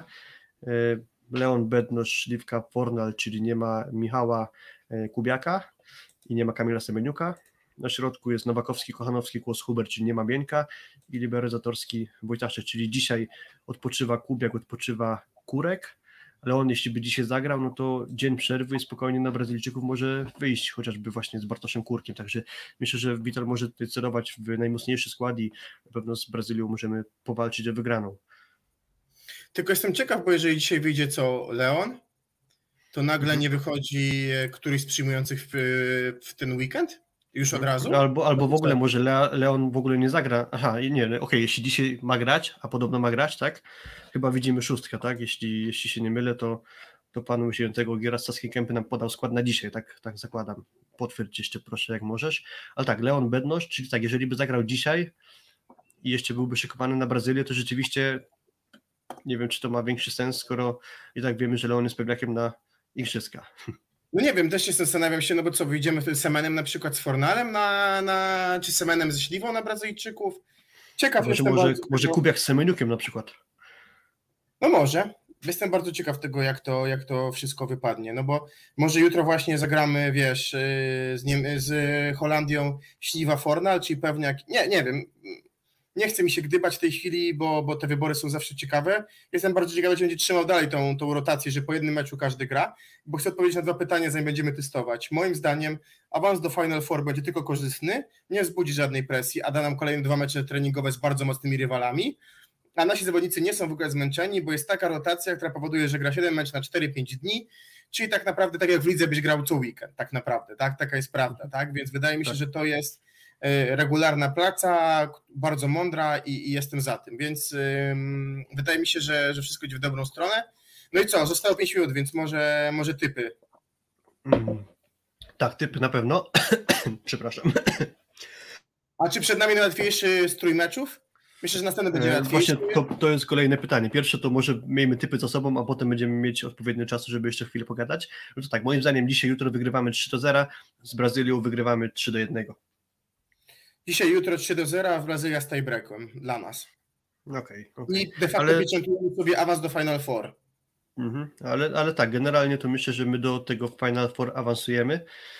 Leon Bednosz, Śliwka Fornal, czyli nie ma Michała Kubiaka i nie ma Kamila Semeniuka. Na środku jest Nowakowski, Kochanowski, Kłos Huber, czyli nie ma Bieńka i liberyzatorski Wojtaszek, czyli dzisiaj odpoczywa Kubiak, odpoczywa Kurek, ale on jeśli by dzisiaj zagrał, no to dzień przerwy i spokojnie na Brazylijczyków może wyjść, chociażby właśnie z Bartoszem Kurkiem, także myślę, że Vital może celować w najmocniejszy skład i na pewno z Brazylią możemy powalczyć o wygraną. Tylko jestem ciekaw, bo jeżeli dzisiaj wyjdzie co Leon, to nagle mhm. nie wychodzi któryś z przyjmujących w, w ten weekend? Już od razu? Albo, albo w ogóle może Le- Leon w ogóle nie zagra. Aha, nie, okej, okay, jeśli dzisiaj ma grać, a podobno ma grać, tak? Chyba widzimy szóstkę, tak? Jeśli, jeśli się nie mylę, to, to pan usiętego Giera z Saskiej Kępy nam podał skład na dzisiaj, tak, tak zakładam. Potwierdź jeszcze proszę, jak możesz. Ale tak, Leon Bednosz, czyli tak, jeżeli by zagrał dzisiaj i jeszcze byłby szykowany na Brazylię, to rzeczywiście nie wiem, czy to ma większy sens, skoro i tak wiemy, że Leon jest pewniakiem na igrzyska. No nie wiem, też się zastanawiam się, no bo co, wyjdziemy wtedy Semenem na przykład z Fornalem, na, na, czy Semenem ze Śliwą na Brazylijczyków? Ciekaw może, jestem może, bardzo, może tego... Kubiak z Semeniukiem na przykład. No może. Jestem bardzo ciekaw tego, jak to, jak to wszystko wypadnie, no bo może jutro właśnie zagramy, wiesz, z, nie, z Holandią Śliwa Fornal, czyli pewniak, nie, nie wiem, nie chcę mi się gdybać w tej chwili, bo, bo te wybory są zawsze ciekawe. Jestem bardzo ciekawy, czy będzie trzymał dalej tą, tą rotację, że po jednym meczu każdy gra, bo chcę odpowiedzieć na dwa pytania, zanim będziemy testować. Moim zdaniem awans do Final Four będzie tylko korzystny, nie wzbudzi żadnej presji, a da nam kolejne dwa mecze treningowe z bardzo mocnymi rywalami, a nasi zawodnicy nie są w ogóle zmęczeni, bo jest taka rotacja, która powoduje, że gra siedem meczów na cztery pięć dni, czyli tak naprawdę tak jak w lidze byś grał co weekend, tak naprawdę, tak? Taka jest prawda, tak? Więc wydaje mi się, tak. że to jest regularna praca, bardzo mądra i, i jestem za tym, więc ym, wydaje mi się, że, że wszystko idzie w dobrą stronę. No i co, zostało pięć minut, więc może, może typy. Mm, tak, typy na pewno. Przepraszam. A czy przed nami najłatwiejszy strój meczów? Myślę, że następny będzie E, łatwiejszy. Właśnie to, to jest kolejne pytanie. Pierwsze to może miejmy typy za sobą, a potem będziemy mieć odpowiednio czasu, żeby jeszcze chwilę pogadać. No to tak, moim zdaniem dzisiaj, jutro wygrywamy trzy do zera, z Brazylią wygrywamy trzy do jednego. Dzisiaj, jutro trzy do zera, a w Brazylia z tiebreakiem dla nas. Okej. Okay, I de facto ale... pieczętujemy sobie awans do Final Four. Mhm, ale, ale tak, generalnie to myślę, że my do tego Final Four awansujemy,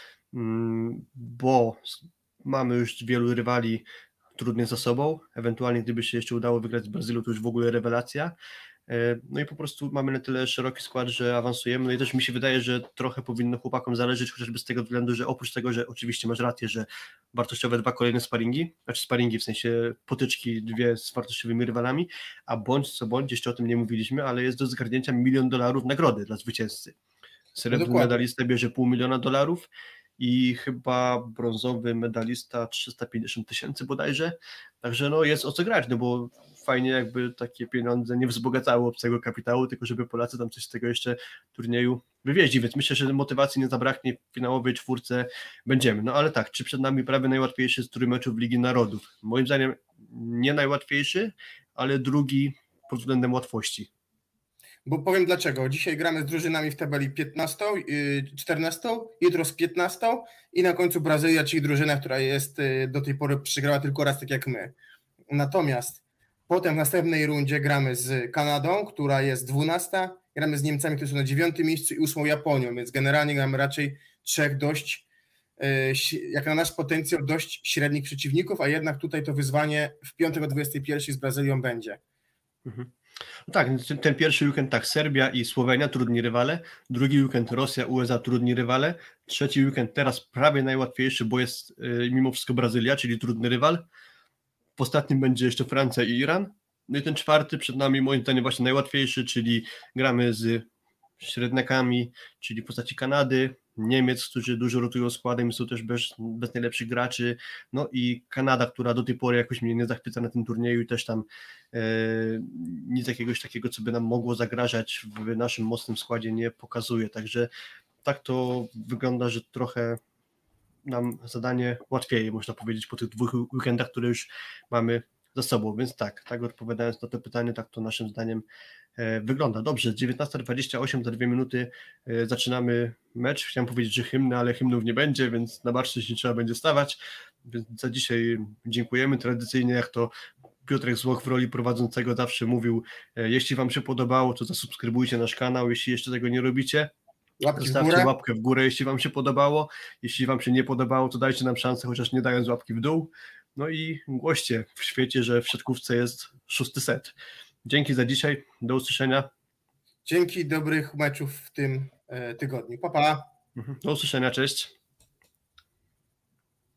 bo mamy już wielu rywali trudnych za sobą, ewentualnie gdyby się jeszcze udało wygrać z Brazylią, to już w ogóle rewelacja. No i po prostu mamy na tyle szeroki skład, że awansujemy. No i też mi się wydaje, że trochę powinno chłopakom zależeć, chociażby z tego względu, że oprócz tego, że oczywiście masz rację, że wartościowe dwa kolejne sparingi, znaczy sparingi w sensie potyczki dwie z wartościowymi rywalami, a bądź co bądź, jeszcze o tym nie mówiliśmy, ale jest do zgarnięcia milion dolarów nagrody dla zwycięzcy. Srebrny Dokładnie. medalista bierze pół miliona dolarów i chyba brązowy medalista trzysta pięćdziesiąt tysięcy bodajże, także no jest o co grać, no bo fajnie jakby takie pieniądze nie wzbogacały obcego kapitału, tylko żeby Polacy tam coś z tego jeszcze turnieju wywieźli, więc myślę, że motywacji nie zabraknie, w finałowej czwórce będziemy. No ale tak, czy przed nami prawie najłatwiejszy z trójmeczów Ligi Narodów? Moim zdaniem nie najłatwiejszy, ale drugi pod względem łatwości. Bo powiem dlaczego. Dzisiaj gramy z drużynami w tabeli piętnastą, czternastą, jutro z piętnastą i na końcu Brazylia, czyli drużyna, która jest do tej pory przegrała tylko raz, tak jak my. Natomiast potem w następnej rundzie gramy z Kanadą, która jest dwunasta, gramy z Niemcami, które są na dziewiątym miejscu i ósmą Japonią, więc generalnie gramy raczej trzech dość, jak na nasz potencjał, dość średnich przeciwników, a jednak tutaj to wyzwanie w piątek o dwudziestej pierwszej z Brazylią będzie. Mhm. No tak, ten pierwszy weekend tak, Serbia i Słowenia, trudni rywale, drugi weekend Rosja, U S A, trudni rywale, trzeci weekend teraz prawie najłatwiejszy, bo jest y, mimo wszystko Brazylia, czyli trudny rywal, w ostatnim będzie jeszcze Francja i Iran, no i ten czwarty przed nami moim zdaniem właśnie najłatwiejszy, czyli gramy z średniakami, czyli w postaci Kanady, Niemiec, którzy dużo rotują składem i są też bez, bez najlepszych graczy, no i Kanada, która do tej pory jakoś mnie nie zachwyca na tym turnieju i też tam e, nic jakiegoś takiego, co by nam mogło zagrażać w naszym mocnym składzie nie pokazuje, także tak to wygląda, że trochę nam zadanie łatwiej, można powiedzieć, po tych dwóch weekendach, które już mamy za sobą, więc tak, tak odpowiadając na to pytanie, tak to naszym zdaniem e, wygląda. Dobrze, dziewiętnasta dwadzieścia osiem, za dwie minuty e, zaczynamy mecz. Chciałem powiedzieć, że hymny, ale hymnów nie będzie, więc na baczność nie trzeba będzie stawać, więc za dzisiaj dziękujemy. Tradycyjnie, jak to Piotrek Złoch w roli prowadzącego zawsze mówił, e, jeśli wam się podobało, to zasubskrybujcie nasz kanał, jeśli jeszcze tego nie robicie, Łapki zostawcie w górę. łapkę w górę, jeśli wam się podobało, jeśli wam się nie podobało, to dajcie nam szansę, chociaż nie dając łapki w dół. No i głoście w świecie, że w siatkówce jest szósty set. Dzięki za dzisiaj, do usłyszenia. Dzięki, dobrych meczów w tym tygodniu. Pa, pa. Do usłyszenia, cześć.